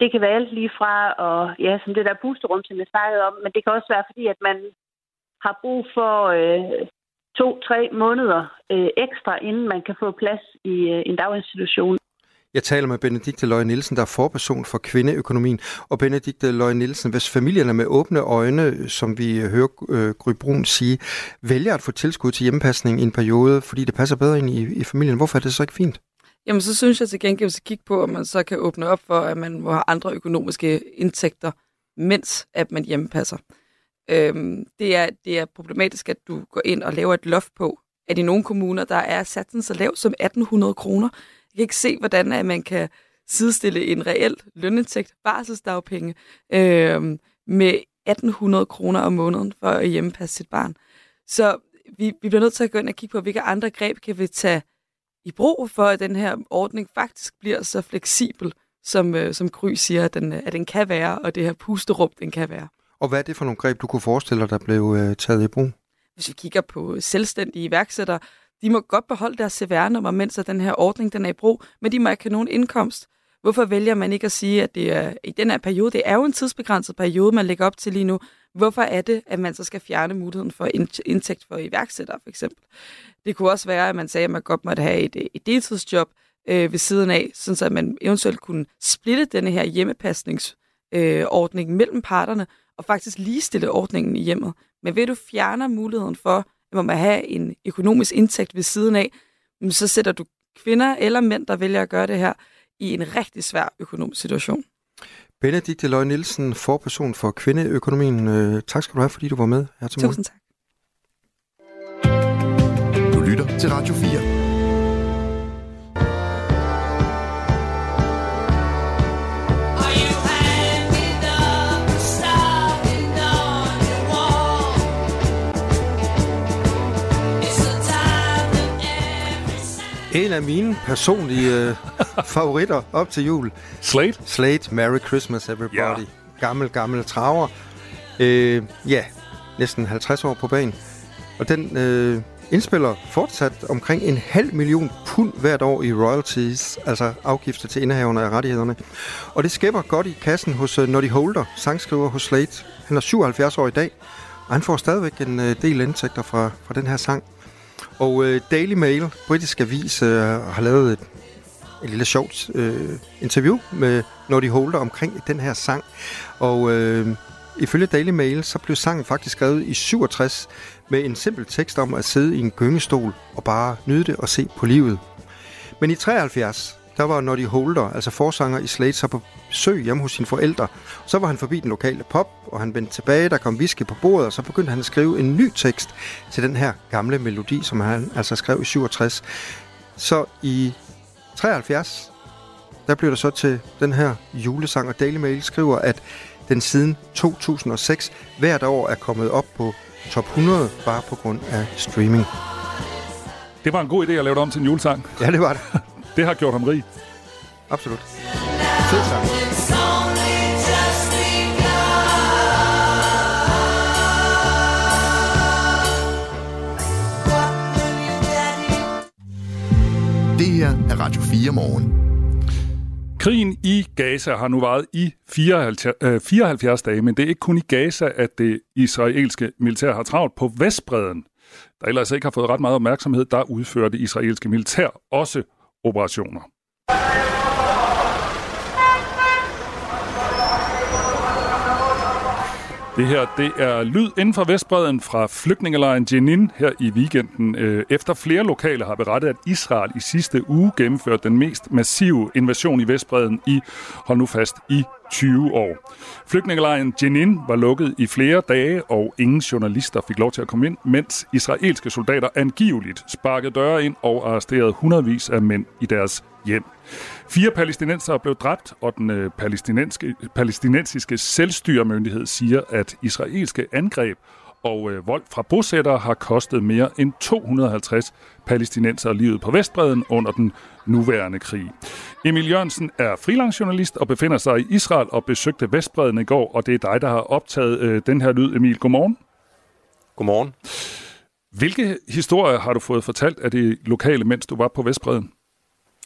det kan være alt lige fra, og ja, som det der pusterum, som jeg snakkede om, men det kan også være fordi, at man har brug for øh, to-tre måneder øh, ekstra, inden man kan få plads i øh, en daginstitution. Jeg taler med Benedikte Løje Nielsen, der er forperson for kvindeøkonomien. Og Benedikte Løje Nielsen, hvis familierne med åbne øjne, som vi hører øh, Gry Bruun sige, vælger at få tilskud til hjemmepasning i en periode, fordi det passer bedre ind i, i familien, hvorfor er det så ikke fint? Jamen, så synes jeg til gengæld, at kigge på, at man så kan åbne op for, at man må have andre økonomiske indtægter, mens at man hjemmepasser. Øhm, det, er, det er problematisk, at du går ind og laver et loft på, at i nogle kommuner, der er satsen så lav som atten hundrede kroner. Jeg kan ikke se, hvordan at man kan sidestille en reel lønindtægt, barselsdagpenge, øhm, med atten hundrede kroner om måneden for at hjemmepasse sit barn. Så vi, vi bliver nødt til at gå ind og kigge på, hvilke andre greb kan vi tage i brug for, at den her ordning faktisk bliver så fleksibel, som, øh, som Gry siger, at den, at den kan være, og det her pusterum, den kan være. Og hvad er det for nogle greb, du kunne forestille dig, der blev øh, taget i brug? Hvis vi kigger på selvstændige iværksættere, de må godt beholde deres C V R-nummer, mens den her ordning den er i brug, men de må ikke have nogen indkomst. Hvorfor vælger man ikke at sige, at det er i den her periode, det er jo en tidsbegrænset periode, man lægger op til lige nu. Hvorfor er det, at man så skal fjerne muligheden for indtægt for iværksættere, for eksempel? Det kunne også være, at man sagde, at man godt måtte have et, et deltidsjob øh, ved siden af, så at man eventuelt kunne splitte denne her hjemmepasningsordning øh, mellem parterne, og faktisk ligestille ordningen i hjemmet. Men ved du fjerner muligheden for, at man må have en økonomisk indtægt ved siden af, så sætter du kvinder eller mænd, der vælger at gøre det her, i en rigtig svær økonomisk situation. Benedikte Løje Nielsen, forperson for kvindeøkonomien. Øh, tak skal du have, fordi du var med her til morgen. Tusind tak. Du lytter til Radio fire. En af mine personlige øh, favoritter op til jul. Slade? Slade, Merry Christmas Everybody. Ja. Gammel, gammel traver. Øh, ja, næsten halvtreds år på banen. Og den øh, indspiller fortsat omkring en halv million pund hvert år i royalties, altså afgifter til indehaverne af rettighederne. Og det skæpper godt i kassen hos uh, Noddy Holder, sangskriver hos Slade. Han er syvoghalvfjerds år i dag, og han får stadigvæk en uh, del indtægter fra, fra den her sang. Og uh, Daily Mail, britisk avis, uh, har lavet et, et lille sjovt uh, interview med Noddy Holder omkring den her sang. Og uh, ifølge Daily Mail, så blev sangen faktisk skrevet i syvogtres med en simpel tekst om at sidde i en gyngestol og bare nyde det og se på livet. Men i treoghalvfjerds, der var Noddy Holder, altså forsanger i Slade, så på besøg hjemme hos sine forældre. Så var han forbi den lokale pub, og han vendte tilbage, der kom whisky på bordet, og så begyndte han at skrive en ny tekst til den her gamle melodi, som han altså skrev i syvogtres. Så i treoghalvfjerds, der blev der så til den her julesang, og Daily Mail skriver, at den siden to tusind og seks hvert år er kommet op på top hundrede, bare på grund af streaming. Det var en god idé at lave det om til en julesang. Ja, det var det. Det har gjort ham rig. Absolut. Fed sang. Det her er Radio fire morgen. Krigen i Gaza har nu varet i fireoghalvfjerds dage, men det er ikke kun i Gaza, at det israelske militær har travlt. På Vestbredden, der ellers ikke har fået ret meget opmærksomhed, der udfører det israelske militær også operationer. Det her, det er lyd inden for Vestbredden fra flygtningelejren Jenin her i weekenden. Efter flere lokale har berettet, at Israel i sidste uge gennemførte den mest massive invasion i Vestbredden i, hold nu fast, i tyve år. Flygtningelejren Jenin var lukket i flere dage, og ingen journalister fik lov til at komme ind, mens israelske soldater angiveligt sparkede døre ind og arresterede hundredvis af mænd i deres hjem. Fire palæstinensere blev dræbt, og den øh, palæstinensiske, palæstinensiske selvstyremyndighed siger, at israelske angreb og øh, vold fra bosættere har kostet mere end to hundrede og halvtreds palæstinensere livet på Vestbredden under den nuværende krig. Emil Jørgensen er freelancejournalist og befinder sig i Israel og besøgte Vestbredden i går, og det er dig, der har optaget øh, den her lyd. Emil, godmorgen. Godmorgen. Hvilke historier har du fået fortalt af de lokale, mens du var på Vestbredden?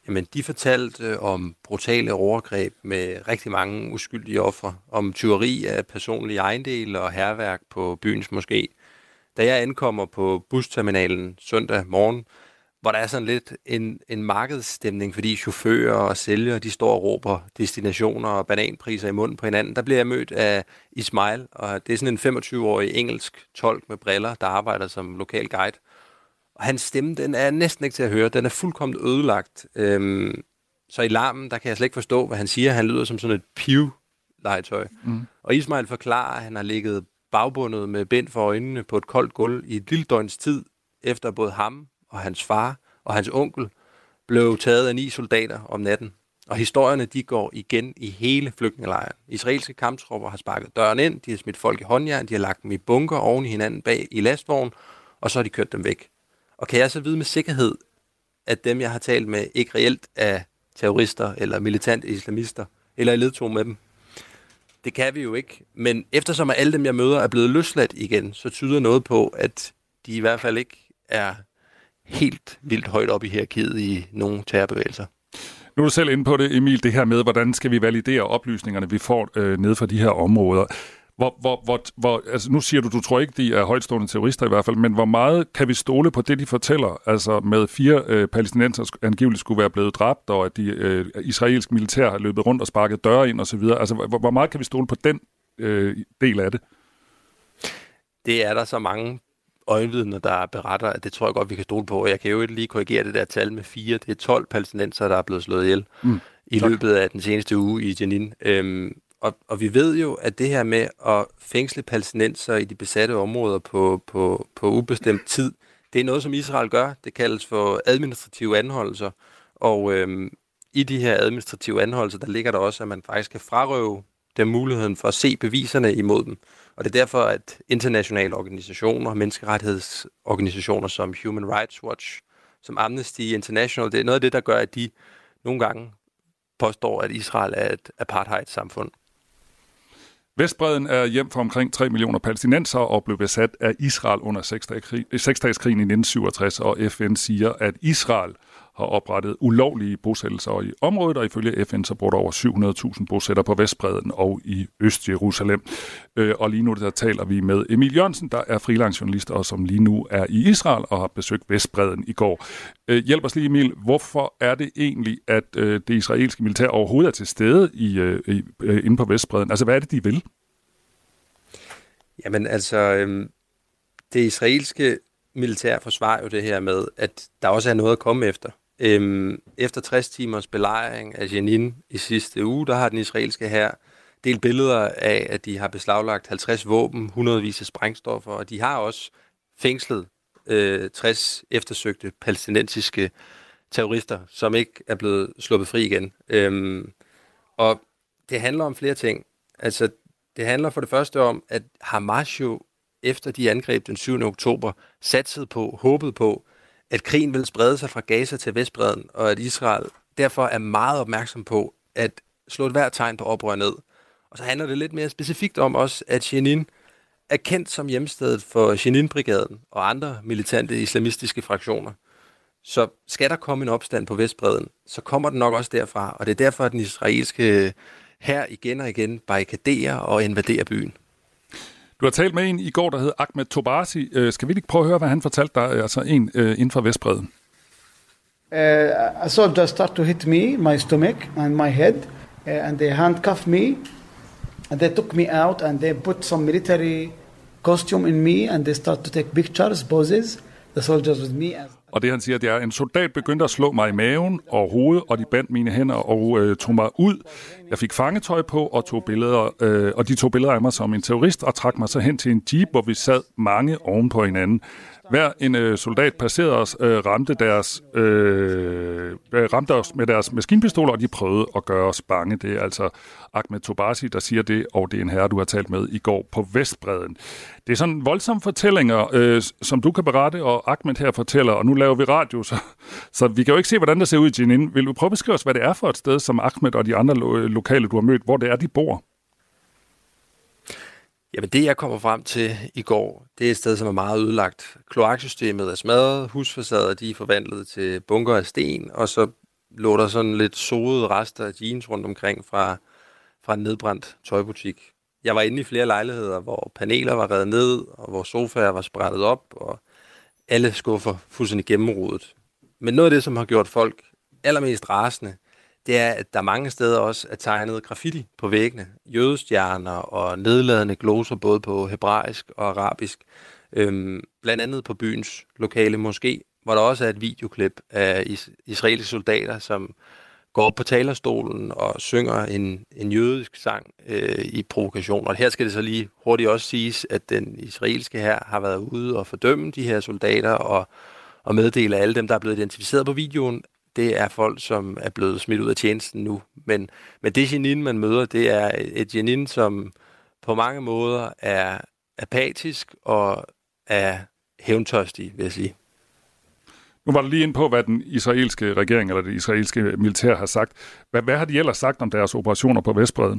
jamen de fortalte om brutale overgreb med rigtig mange uskyldige ofre, om tyveri af personlige ejendele og hærværk på byens moské. Da jeg ankommer på busterminalen søndag morgen, hvor der er sådan lidt en, en markedsstemning, fordi chauffører og sælgere, de står og råber destinationer og bananpriser i munden på hinanden. Der bliver jeg mødt af Ismail, og det er sådan en femogtyve-årig engelsk tolk med briller, der arbejder som lokal guide. Og hans stemme, den er næsten ikke til at høre. Den er fuldkommen ødelagt. Øhm, så i larmen, der kan jeg slet ikke forstå, hvad han siger. Han lyder som sådan et piv-legetøj. Mm. Og Ismail forklarer, at han har ligget bagbundet med bind for øjnene på et koldt gulv i et lille døgns tid, efter både ham og hans far og hans onkel blev taget af ni soldater om natten. Og historierne, de går igen i hele flygtningelejren. Israelske kamptropper har sparket døren ind, de har smidt folk i håndjern, de har lagt dem i bunker oven i hinanden bag i lastvogn, og så har de kørt dem væk. Og kan jeg så vide med sikkerhed, at dem, jeg har talt med, ikke reelt er terrorister eller militante islamister, eller i ledtog med dem? Det kan vi jo ikke. Men eftersom alle dem, jeg møder, er blevet løsladt igen, så tyder noget på, at de i hvert fald ikke er helt vildt højt op i hierarkiet i nogle terrorbevægelser. Nu er du selv inde på det, Emil, det her med, hvordan skal vi validere oplysningerne, vi får øh, ned fra de her områder. Hvor, hvor, hvor, hvor, altså nu siger du, du tror ikke, de er højtstående terrorister i hvert fald, men hvor meget kan vi stole på det, de fortæller? Altså med fire øh, palæstinenser angiveligt skulle være blevet dræbt, og at de øh, israelske militær har løbet rundt og sparket døre ind osv. Altså hvor, hvor meget kan vi stole på den øh, del af det? Det er der så mange øjenvidner, der beretter, at det tror jeg godt, vi kan stole på. Jeg kan jo ikke lige korrigere det der tal med fire. Det er tolv palæstinenser, der er blevet slået ihjel mm. i tak. løbet af den seneste uge i Jenin. Øhm, og, og vi ved jo, at det her med at fængsle palæstinenser i de besatte områder på, på, på ubestemt tid, det er noget, som Israel gør. Det kaldes for administrative anholdelser. Og øhm, i de her administrative anholdelser, der ligger der også, at man faktisk kan frarøve dem muligheden for at se beviserne imod dem. Og det er derfor, at internationale organisationer, menneskerettighedsorganisationer som Human Rights Watch, som Amnesty International, det er noget af det, der gør, at de nogle gange påstår, at Israel er et apartheid-samfund. Vestbredden er hjem for omkring tre millioner palæstinensere og blev besat af Israel under seksdageskrigen i nitten syvogtres, og F N siger, at Israel har oprettet ulovlige bosættelser i området, og ifølge F N så bor der over syv hundrede tusind bosætter på Vestbredden og i Øst-Jerusalem. Og lige nu der taler vi med Emil Jørgensen, der er freelancejournalist og som lige nu er i Israel og har besøgt Vestbredden i går. Hjælp os lige, Emil. Hvorfor er det egentlig, at det israelske militær overhovedet er til stede i, i, inde på Vestbredden? Altså, hvad er det, de vil? Jamen, altså, det israelske militær forsvarer jo det her med, at der også er noget at komme efter. Øhm, efter tres timers belejring af Jenin i sidste uge, der har den israelske hær delt billeder af, at de har beslaglagt halvtreds våben, hundredvis af sprængstoffer, og de har også fængslet øh, tres eftersøgte palæstinensiske terrorister, som ikke er blevet sluppet fri igen. Øhm, og det handler om flere ting. Altså, det handler for det første om, at Hamas jo efter de angreb den syvende oktober satsede på, håbede på, at krigen ville sprede sig fra Gaza til Vestbredden, og at Israel derfor er meget opmærksom på at slå et hvert tegn på oprør ned. Og så handler det lidt mere specifikt om også, at Jenin er kendt som hjemstedet for Jenin-brigaden og andre militante islamistiske fraktioner. Så skal der komme en opstand på Vestbredden, så kommer den nok også derfra, og det er derfor, at den israelske hær igen og igen barrikaderer og invaderer byen. Du har talt med en i går, der hed Ahmed Tobasi. Skal vi ikke prøve at høre, hvad han fortalte dig, altså en uh, inden for Vestbredden? Uh, a soldier started to hit me, my stomach and my head, uh, and they handcuffed me, and they took me out, and they put some military costume in me, and they started to take pictures, poses, the soldiers with me. As Og det han siger, det er, en soldat begyndte at slå mig i maven og hovedet, og de bandt mine hænder og øh, tog mig ud. Jeg fik fangetøj på og tog billeder, øh, og de tog billeder af mig som en terrorist og trak mig så hen til en jeep, hvor vi sad mange oven på hinanden. Hver en øh, soldat passerede os, øh, ramte, deres, øh, ramte os med deres maskinpistoler, og de prøvede at gøre os bange. Det er altså Ahmed Tobasi, der siger det, og det er en herre, du har talt med i går på Vestbredden. Det er sådan voldsomme fortællinger, øh, som du kan berette, og Ahmed her fortæller, og nu laver vi radio, så, så vi kan jo ikke se, hvordan det ser ud i Jenin. Vil du prøve at beskrive os, hvad det er for et sted, som Ahmed og de andre lo- lokale, du har mødt, hvor det er, de bor? Jamen det, jeg kommer frem til i går, det er et sted, som er meget ødelagt. Kloaksystemet er smadret, husfacader de er forvandlet til bunker af sten, og så lå der sådan lidt sodede rester af jeans rundt omkring fra, fra en nedbrændt tøjbutik. Jeg var inde i flere lejligheder, hvor paneler var revet ned, og hvor sofaer var sprættet op, og alle skuffer fuldstændig gennemrodet. Men noget af det, som har gjort folk allermest rasende, det er, at der mange steder også er tegnet graffiti på væggene. Jødestjerner og nedladende gloser både på hebraisk og arabisk. Øhm, blandt andet på byens lokale moské, hvor der også er et videoklip af is- israelske soldater, som går op på talerstolen og synger en, en jødisk sang øh, i provokation. Og her skal det så lige hurtigt også siges, at den israelske hær har været ude og fordømme de her soldater og, og meddele alle dem, der er blevet identificeret på videoen. Det er folk, som er blevet smidt ud af tjenesten nu. Men, men det Jenin, man møder, det er et Jenin, som på mange måder er apatisk og er hævntørstig, vil jeg sige. Nu var du lige inde på, hvad den israelske regering eller det israelske militær har sagt. Hvad, hvad har de ellers sagt om deres operationer på Vestbredden?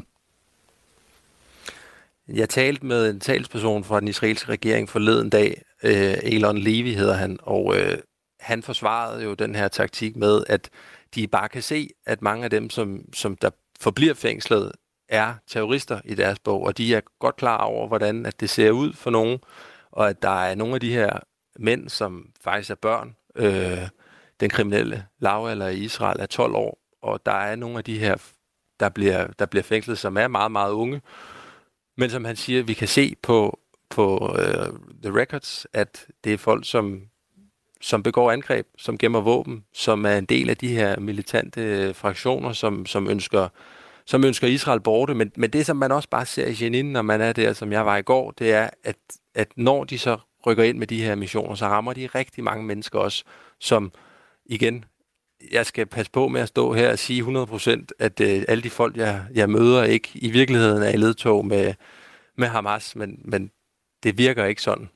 Jeg talte med en talsperson fra den israelske regering forleden dag. Øh, Elon Levy hedder han, og øh, han forsvarede jo den her taktik med, at de bare kan se, at mange af dem, som, som der forbliver fængslet, er terrorister i deres bog, og de er godt klar over, hvordan at det ser ud for nogen, og at der er nogle af de her mænd, som faktisk er børn. Øh, den kriminelle lavalder i Israel er tolv år, og der er nogle af de her, der bliver, der bliver fængslet, som er meget, meget unge. Men som han siger, vi kan se på, på uh, the records, at det er folk, som, som begår angreb, som gemmer våben, som er en del af de her militante fraktioner, som, som, ønsker, som ønsker Israel borte. Men, men det, som man også bare ser i Jenin, når man er der, som jeg var i går, det er, at, at når de så rykker ind med de her missioner, så rammer de rigtig mange mennesker også, som igen, jeg skal passe på med at stå her og sige hundrede procent, at øh, alle de folk, jeg, jeg møder, ikke i virkeligheden er i ledtog med, med Hamas, men, men det virker ikke sådan.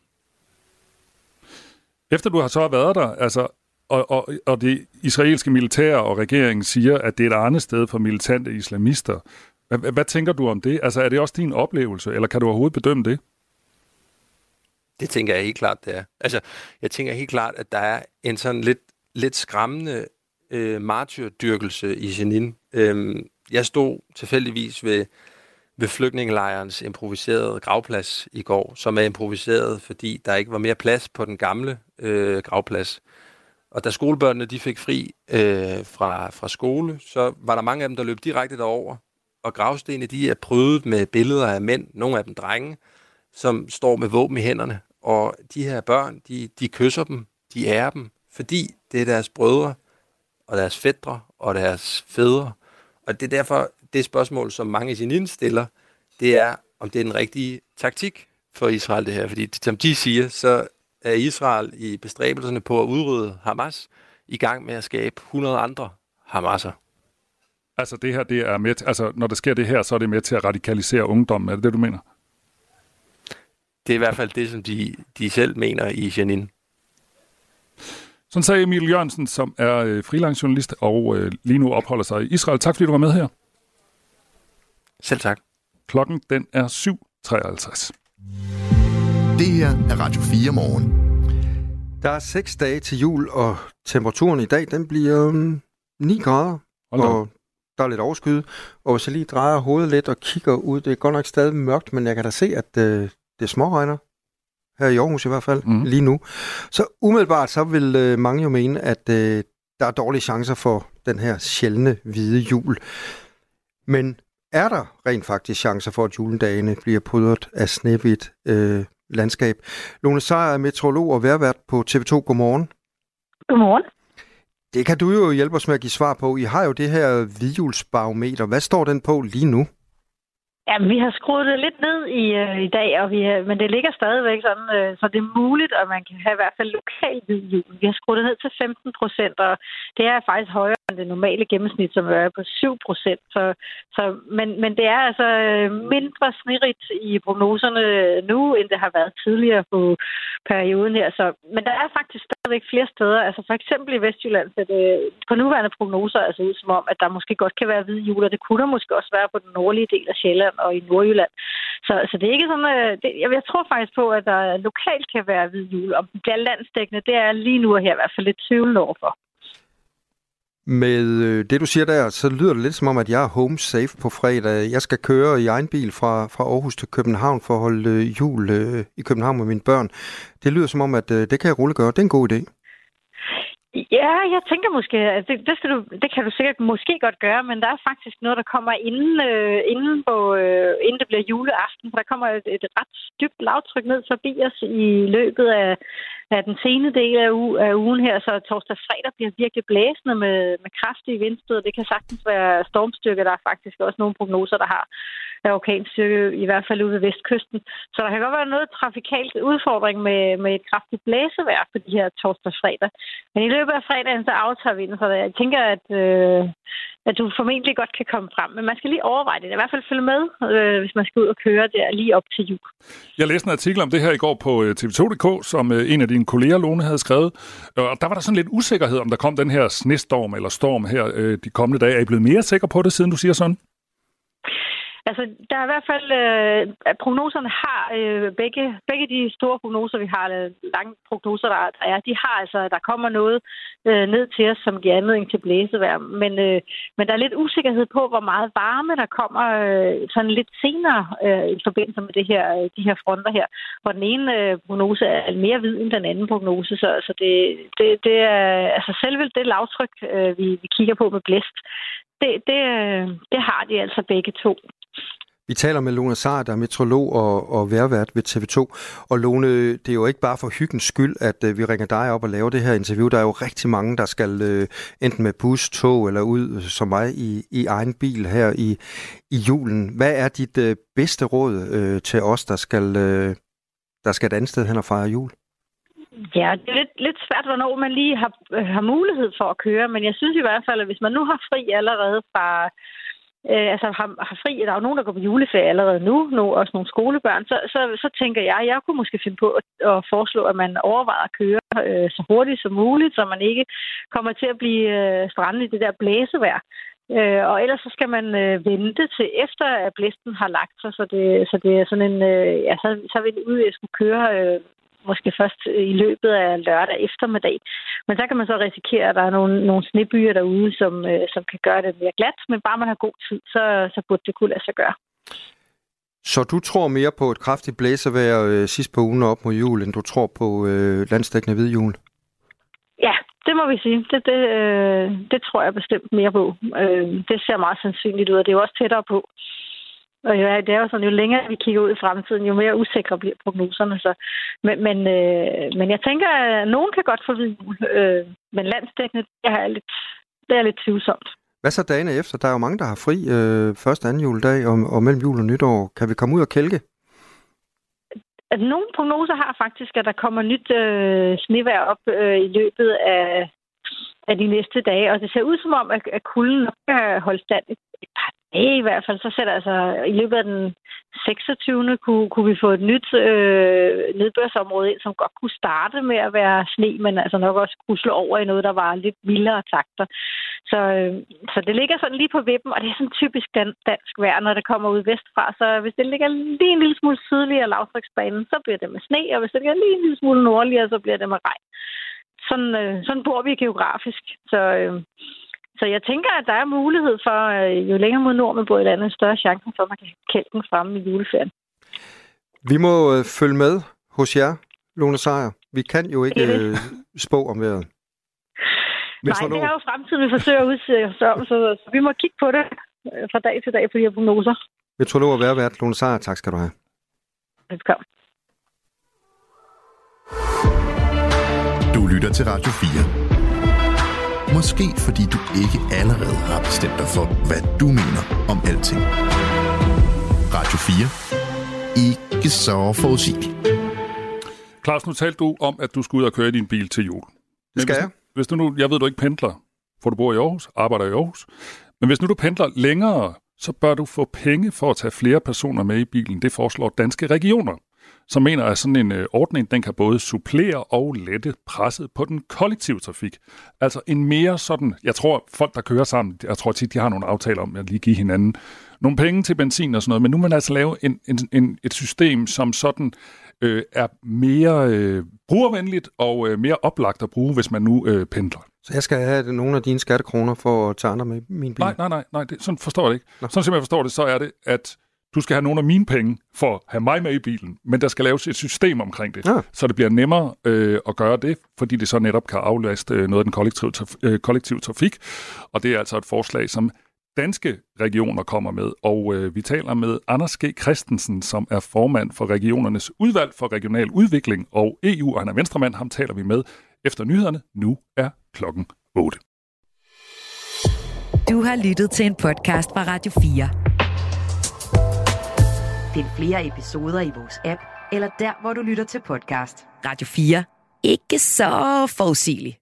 Efter du har så været der, altså, og, og, og det israelske militær og regeringen siger, at det er et andet sted for militante islamister. Hvad, hvad tænker du om det? Altså, er det også din oplevelse, eller kan du overhovedet bedømme det? Det tænker jeg helt klart, det er. Altså, jeg tænker helt klart, at der er en sådan lidt, lidt skræmmende øh, martyrdyrkelse i Jenin. Øhm, jeg stod tilfældigvis ved, ved flygtningelejrens improviserede gravplads i går, som er improviseret, fordi der ikke var mere plads på den gamle øh, gravplads. Og da skolebørnene de fik fri øh, fra, fra skole, så var der mange af dem, der løb direkte derover. Og gravstenene de er prydet med billeder af mænd, nogle af dem drenge, som står med våben i hænderne. Og de her børn, de, de kysser dem, de ærer dem, fordi det er deres brødre, og deres fætre, og deres fædre. Og det er derfor, det spørgsmål, som mange i Jenin stiller, det er, om det er den rigtige taktik for Israel, det her. Fordi som de siger, så er Israel i bestræbelserne på at udrydde Hamas i gang med at skabe hundrede andre Hamaser. Altså det her, det er med til, altså når der sker det her, så er det med til at radikalisere ungdommen. Er det det, du mener? Det er i hvert fald det, som de, de selv mener i Jenin. Sådan sagde Emil Jørgensen, som er øh, freelance-journalist og øh, lige nu opholder sig i Israel. Tak fordi du var med her. Selv tak. Klokken den er syv treoghalvtreds. Det her er Radio fire morgen. Der er seks dage til jul, og temperaturen i dag den bliver um, ni grader. Og der er lidt overskyet. Og hvis jeg lige drejer hovedet lidt og kigger ud, det er godt nok stadig mørkt, men jeg kan da se, at øh, det småregner. Her i Aarhus i hvert fald, mm. lige nu. Så umiddelbart så vil øh, mange jo mene, at øh, der er dårlige chancer for den her sjældne hvide jul. Men er der rent faktisk chancer for, at juledagene bliver pudret af snehvidt øh, landskab? Lone Sejer er meteorolog og vejrvært på T V to. Godmorgen. Godmorgen. Det kan du jo hjælpe os med at give svar på. I har jo det her hvidjulsbarometer. Hvad står den på lige nu? Ja, vi har skruet det lidt ned i, øh, i dag, og vi har, men det ligger stadigvæk sådan, øh, så det er muligt, at man kan have i hvert fald lokal hvid jul. Vi har skruet det ned til femten procent, og det er faktisk højere end det normale gennemsnit, som er på syv procent. Så, så, men, men det er altså mindre snirigt i prognoserne nu, end det har været tidligere på perioden her. Så, men der er faktisk stadigvæk flere steder. Altså for eksempel i Vestjylland, så det på nuværende prognoser altså ud som om, at der måske godt kan være hvid jul, og det kunne der måske også være på den nordlige del af Sjælland og i Nordjylland. Så, så det er ikke sådan, det, jeg, jeg tror faktisk på, at der lokalt kan være hvid jul. Om det bliver landsdækkende, det er lige nu og her i hvert fald lidt tvivlende overfor. Med øh, det, du siger der, så lyder det lidt som om, at jeg er home safe på fredag. Jeg skal køre i egen bil fra, fra Aarhus til København for at holde øh, jul øh, i København med mine børn. Det lyder som om, at øh, det kan jeg rulle gøre. Det er en god idé. Ja, jeg tænker måske, at det, det, skal du, det kan du sikkert måske godt gøre, men der er faktisk noget, der kommer inden, øh, inden, på, øh, inden det bliver juleaften. Der kommer et, et ret dybt lavtryk ned forbi os i løbet af, af den sene del af, u, af ugen her, så torsdag og fredag bliver virkelig blæsende med, med kraftige vindstød. Det kan sagtens være stormstyrke. Der er faktisk også nogle prognoser, der har af orkanstyrke, i hvert fald ude ved vestkysten. Så der kan godt være noget trafikalt udfordring med, med et kraftigt blæsevejr på de her torsdag og fredag. Men i løbet af fredagen, så aftager vinden, så jeg tænker, at, øh, at du formentlig godt kan komme frem. Men man skal lige overveje det. I hvert fald følge med, øh, hvis man skal ud og køre der lige op til jul. Jeg læste en artikel om det her i går på T V to punktum d k, som en af dine kolleger, Lone, havde skrevet. Og der var der sådan lidt usikkerhed, om der kom den her snestorm eller storm her øh, de kommende dage. Er I blevet mere sikre på det, siden du siger sådan? Altså, der er i hvert fald, øh, at prognoserne har, øh, begge, begge de store prognoser, vi har, eller lange prognoser, der er, de har altså, der kommer noget øh, ned til os, som giver anledning til blæsevejr. Men, øh, men der er lidt usikkerhed på, hvor meget varme, der kommer øh, sådan lidt senere øh, i forbindelse med det her, øh, de her fronter her. Hvor den ene øh, prognose er mere hvid end den anden prognose, så, så det, det, det er, altså selve det lavtryk, øh, vi, vi kigger på med blæst, det, det, øh, det har de altså begge to. Vi taler med Lone Sarr, der er meteorolog og, og vejrvært ved T V to. Og Lone, det er jo ikke bare for hyggens skyld, at uh, vi ringer dig op og laver det her interview. Der er jo rigtig mange, der skal uh, enten med bus, tog eller ud som mig i, i egen bil her i, i julen. Hvad er dit uh, bedste råd uh, til os, der skal, uh, der skal et andet sted hen og fejre jul? Ja, det er lidt, lidt svært, hvornår man lige har, har mulighed for at køre. Men jeg synes i hvert fald, at hvis man nu har fri allerede fra... Øh, altså har, har fri, der er jo nogen, der går på juleferie allerede nu, nu også nogle skolebørn, så, så, så tænker jeg, jeg kunne måske finde på at, at foreslå, at man overvejer at køre øh, så hurtigt som muligt, så man ikke kommer til at blive øh, strandet i det der blæsevejr. Øh, og ellers så skal man øh, vente til efter, at blæsten har lagt sig, så det, så det er sådan en, øh, ja, så, så vil det ud, at jeg skulle køre øh, måske først i løbet af lørdag eftermiddag. Men så kan man så risikere, at der er nogle, nogle snebyer derude, som, øh, som kan gøre det mere glat. Men bare man har god tid, så, så burde det kunne lade sig gøre. Så du tror mere på et kraftigt blæsevejr øh, sidst på ugen op mod jul, end du tror på øh, landsdækkende hvid jul? Ja, det må vi sige. Det, det, øh, det tror jeg bestemt mere på. Øh, det ser meget sandsynligt ud, og det er jo også tættere på. Og ja, det er jo sådan, jo længere vi kigger ud i fremtiden, jo mere usikre bliver prognoserne. Så. Men, men, øh, men jeg tænker, at nogen kan godt få hvid jul. Øh, men landsdækkende, det er lidt, det er lidt tvivlsomt. Hvad så dagene efter? Der er jo mange, der har fri øh, første anden juledag og, og mellem jul og nytår. Kan vi komme ud og kælke? At nogle prognoser har faktisk, at der kommer nyt øh, snevejr op øh, i løbet af, af de næste dage. Og det ser ud som om, at, at kulden nok kan holde stand et par dage i hvert fald. Så sætter altså i løbet af den seksogtyvende kunne, kunne vi få et nyt øh, nedbørsområde ind, som godt kunne starte med at være sne, men altså nok også kunne slå over i noget, der var lidt vildere takter. Så, øh, så det ligger sådan lige på vippen, og det er sådan typisk dan- dansk vejr, når det kommer ud vestfra. Så hvis det ligger lige en lille smule sydligere af lavtryksbanen, så bliver det med sne, og hvis det ligger lige en lille smule nordligere, så bliver det med regn. Sådan, øh, sådan bor vi geografisk. Så, øh, så jeg tænker, at der er mulighed for, øh, jo længere mod nord man bor i landet, en større chance for, at man kan kælde den fremme i juleferien. Vi må øh, følge med hos jer, Lone Sarr. Vi kan jo ikke øh, spå om vejret. Nej, det er jo fremtiden, vi forsøger at udsætte os om, så, så vi må kigge på det øh, fra dag til dag på de her prognoser. Meteorolog og vejrvært, Lone Sarr, tak skal du have. Velkommen. Du lytter til Radio fire. Måske fordi du ikke allerede har bestemt dig for, hvad du mener om alting. Radio fire. Ikke så forudsigeligt. Claus, nu talte du om, at du skulle ud og køre i din bil til jul. Det skal hvis, jeg. Hvis du nu, jeg ved, du ikke pendler, for du bor i Aarhus, arbejder i Aarhus. Men hvis nu du pendler længere, så bør du få penge for at tage flere personer med i bilen. Det foreslår Danske Regioner, som mener, at sådan en øh, ordning, den kan både supplere og lette presset på den kollektive trafik. Altså en mere sådan, jeg tror folk, der kører sammen, jeg tror tit, de har nogle aftaler om at lige give hinanden nogle penge til benzin og sådan noget, men nu vil man altså lave en, en, en, et system, som sådan øh, er mere øh, brugervenligt og øh, mere oplagt at bruge, hvis man nu øh, pendler. Så jeg skal have nogle af dine skattekroner for at tage andre med min bil? Nej, nej, nej, nej det, sådan forstår jeg det ikke. Nå. Sådan som jeg forstår det, så er det, at du skal have nogle af mine penge for at have mig med i bilen, men der skal laves et system omkring det, ja. Så det bliver nemmere øh, at gøre det, fordi det så netop kan aflaste øh, noget af den kollektive, traf- øh, kollektive trafik. Og det er altså et forslag, som danske regioner kommer med, og øh, vi taler med Anders G. Christensen, som er formand for regionernes udvalg for regional udvikling og E U, og han er venstremand. Ham taler vi med efter nyhederne. Nu er klokken otte. Du har lyttet til en podcast fra Radio fire. Find flere episoder i vores app, eller der, hvor du lytter til podcast. Radio fire. Ikke så forudsigeligt.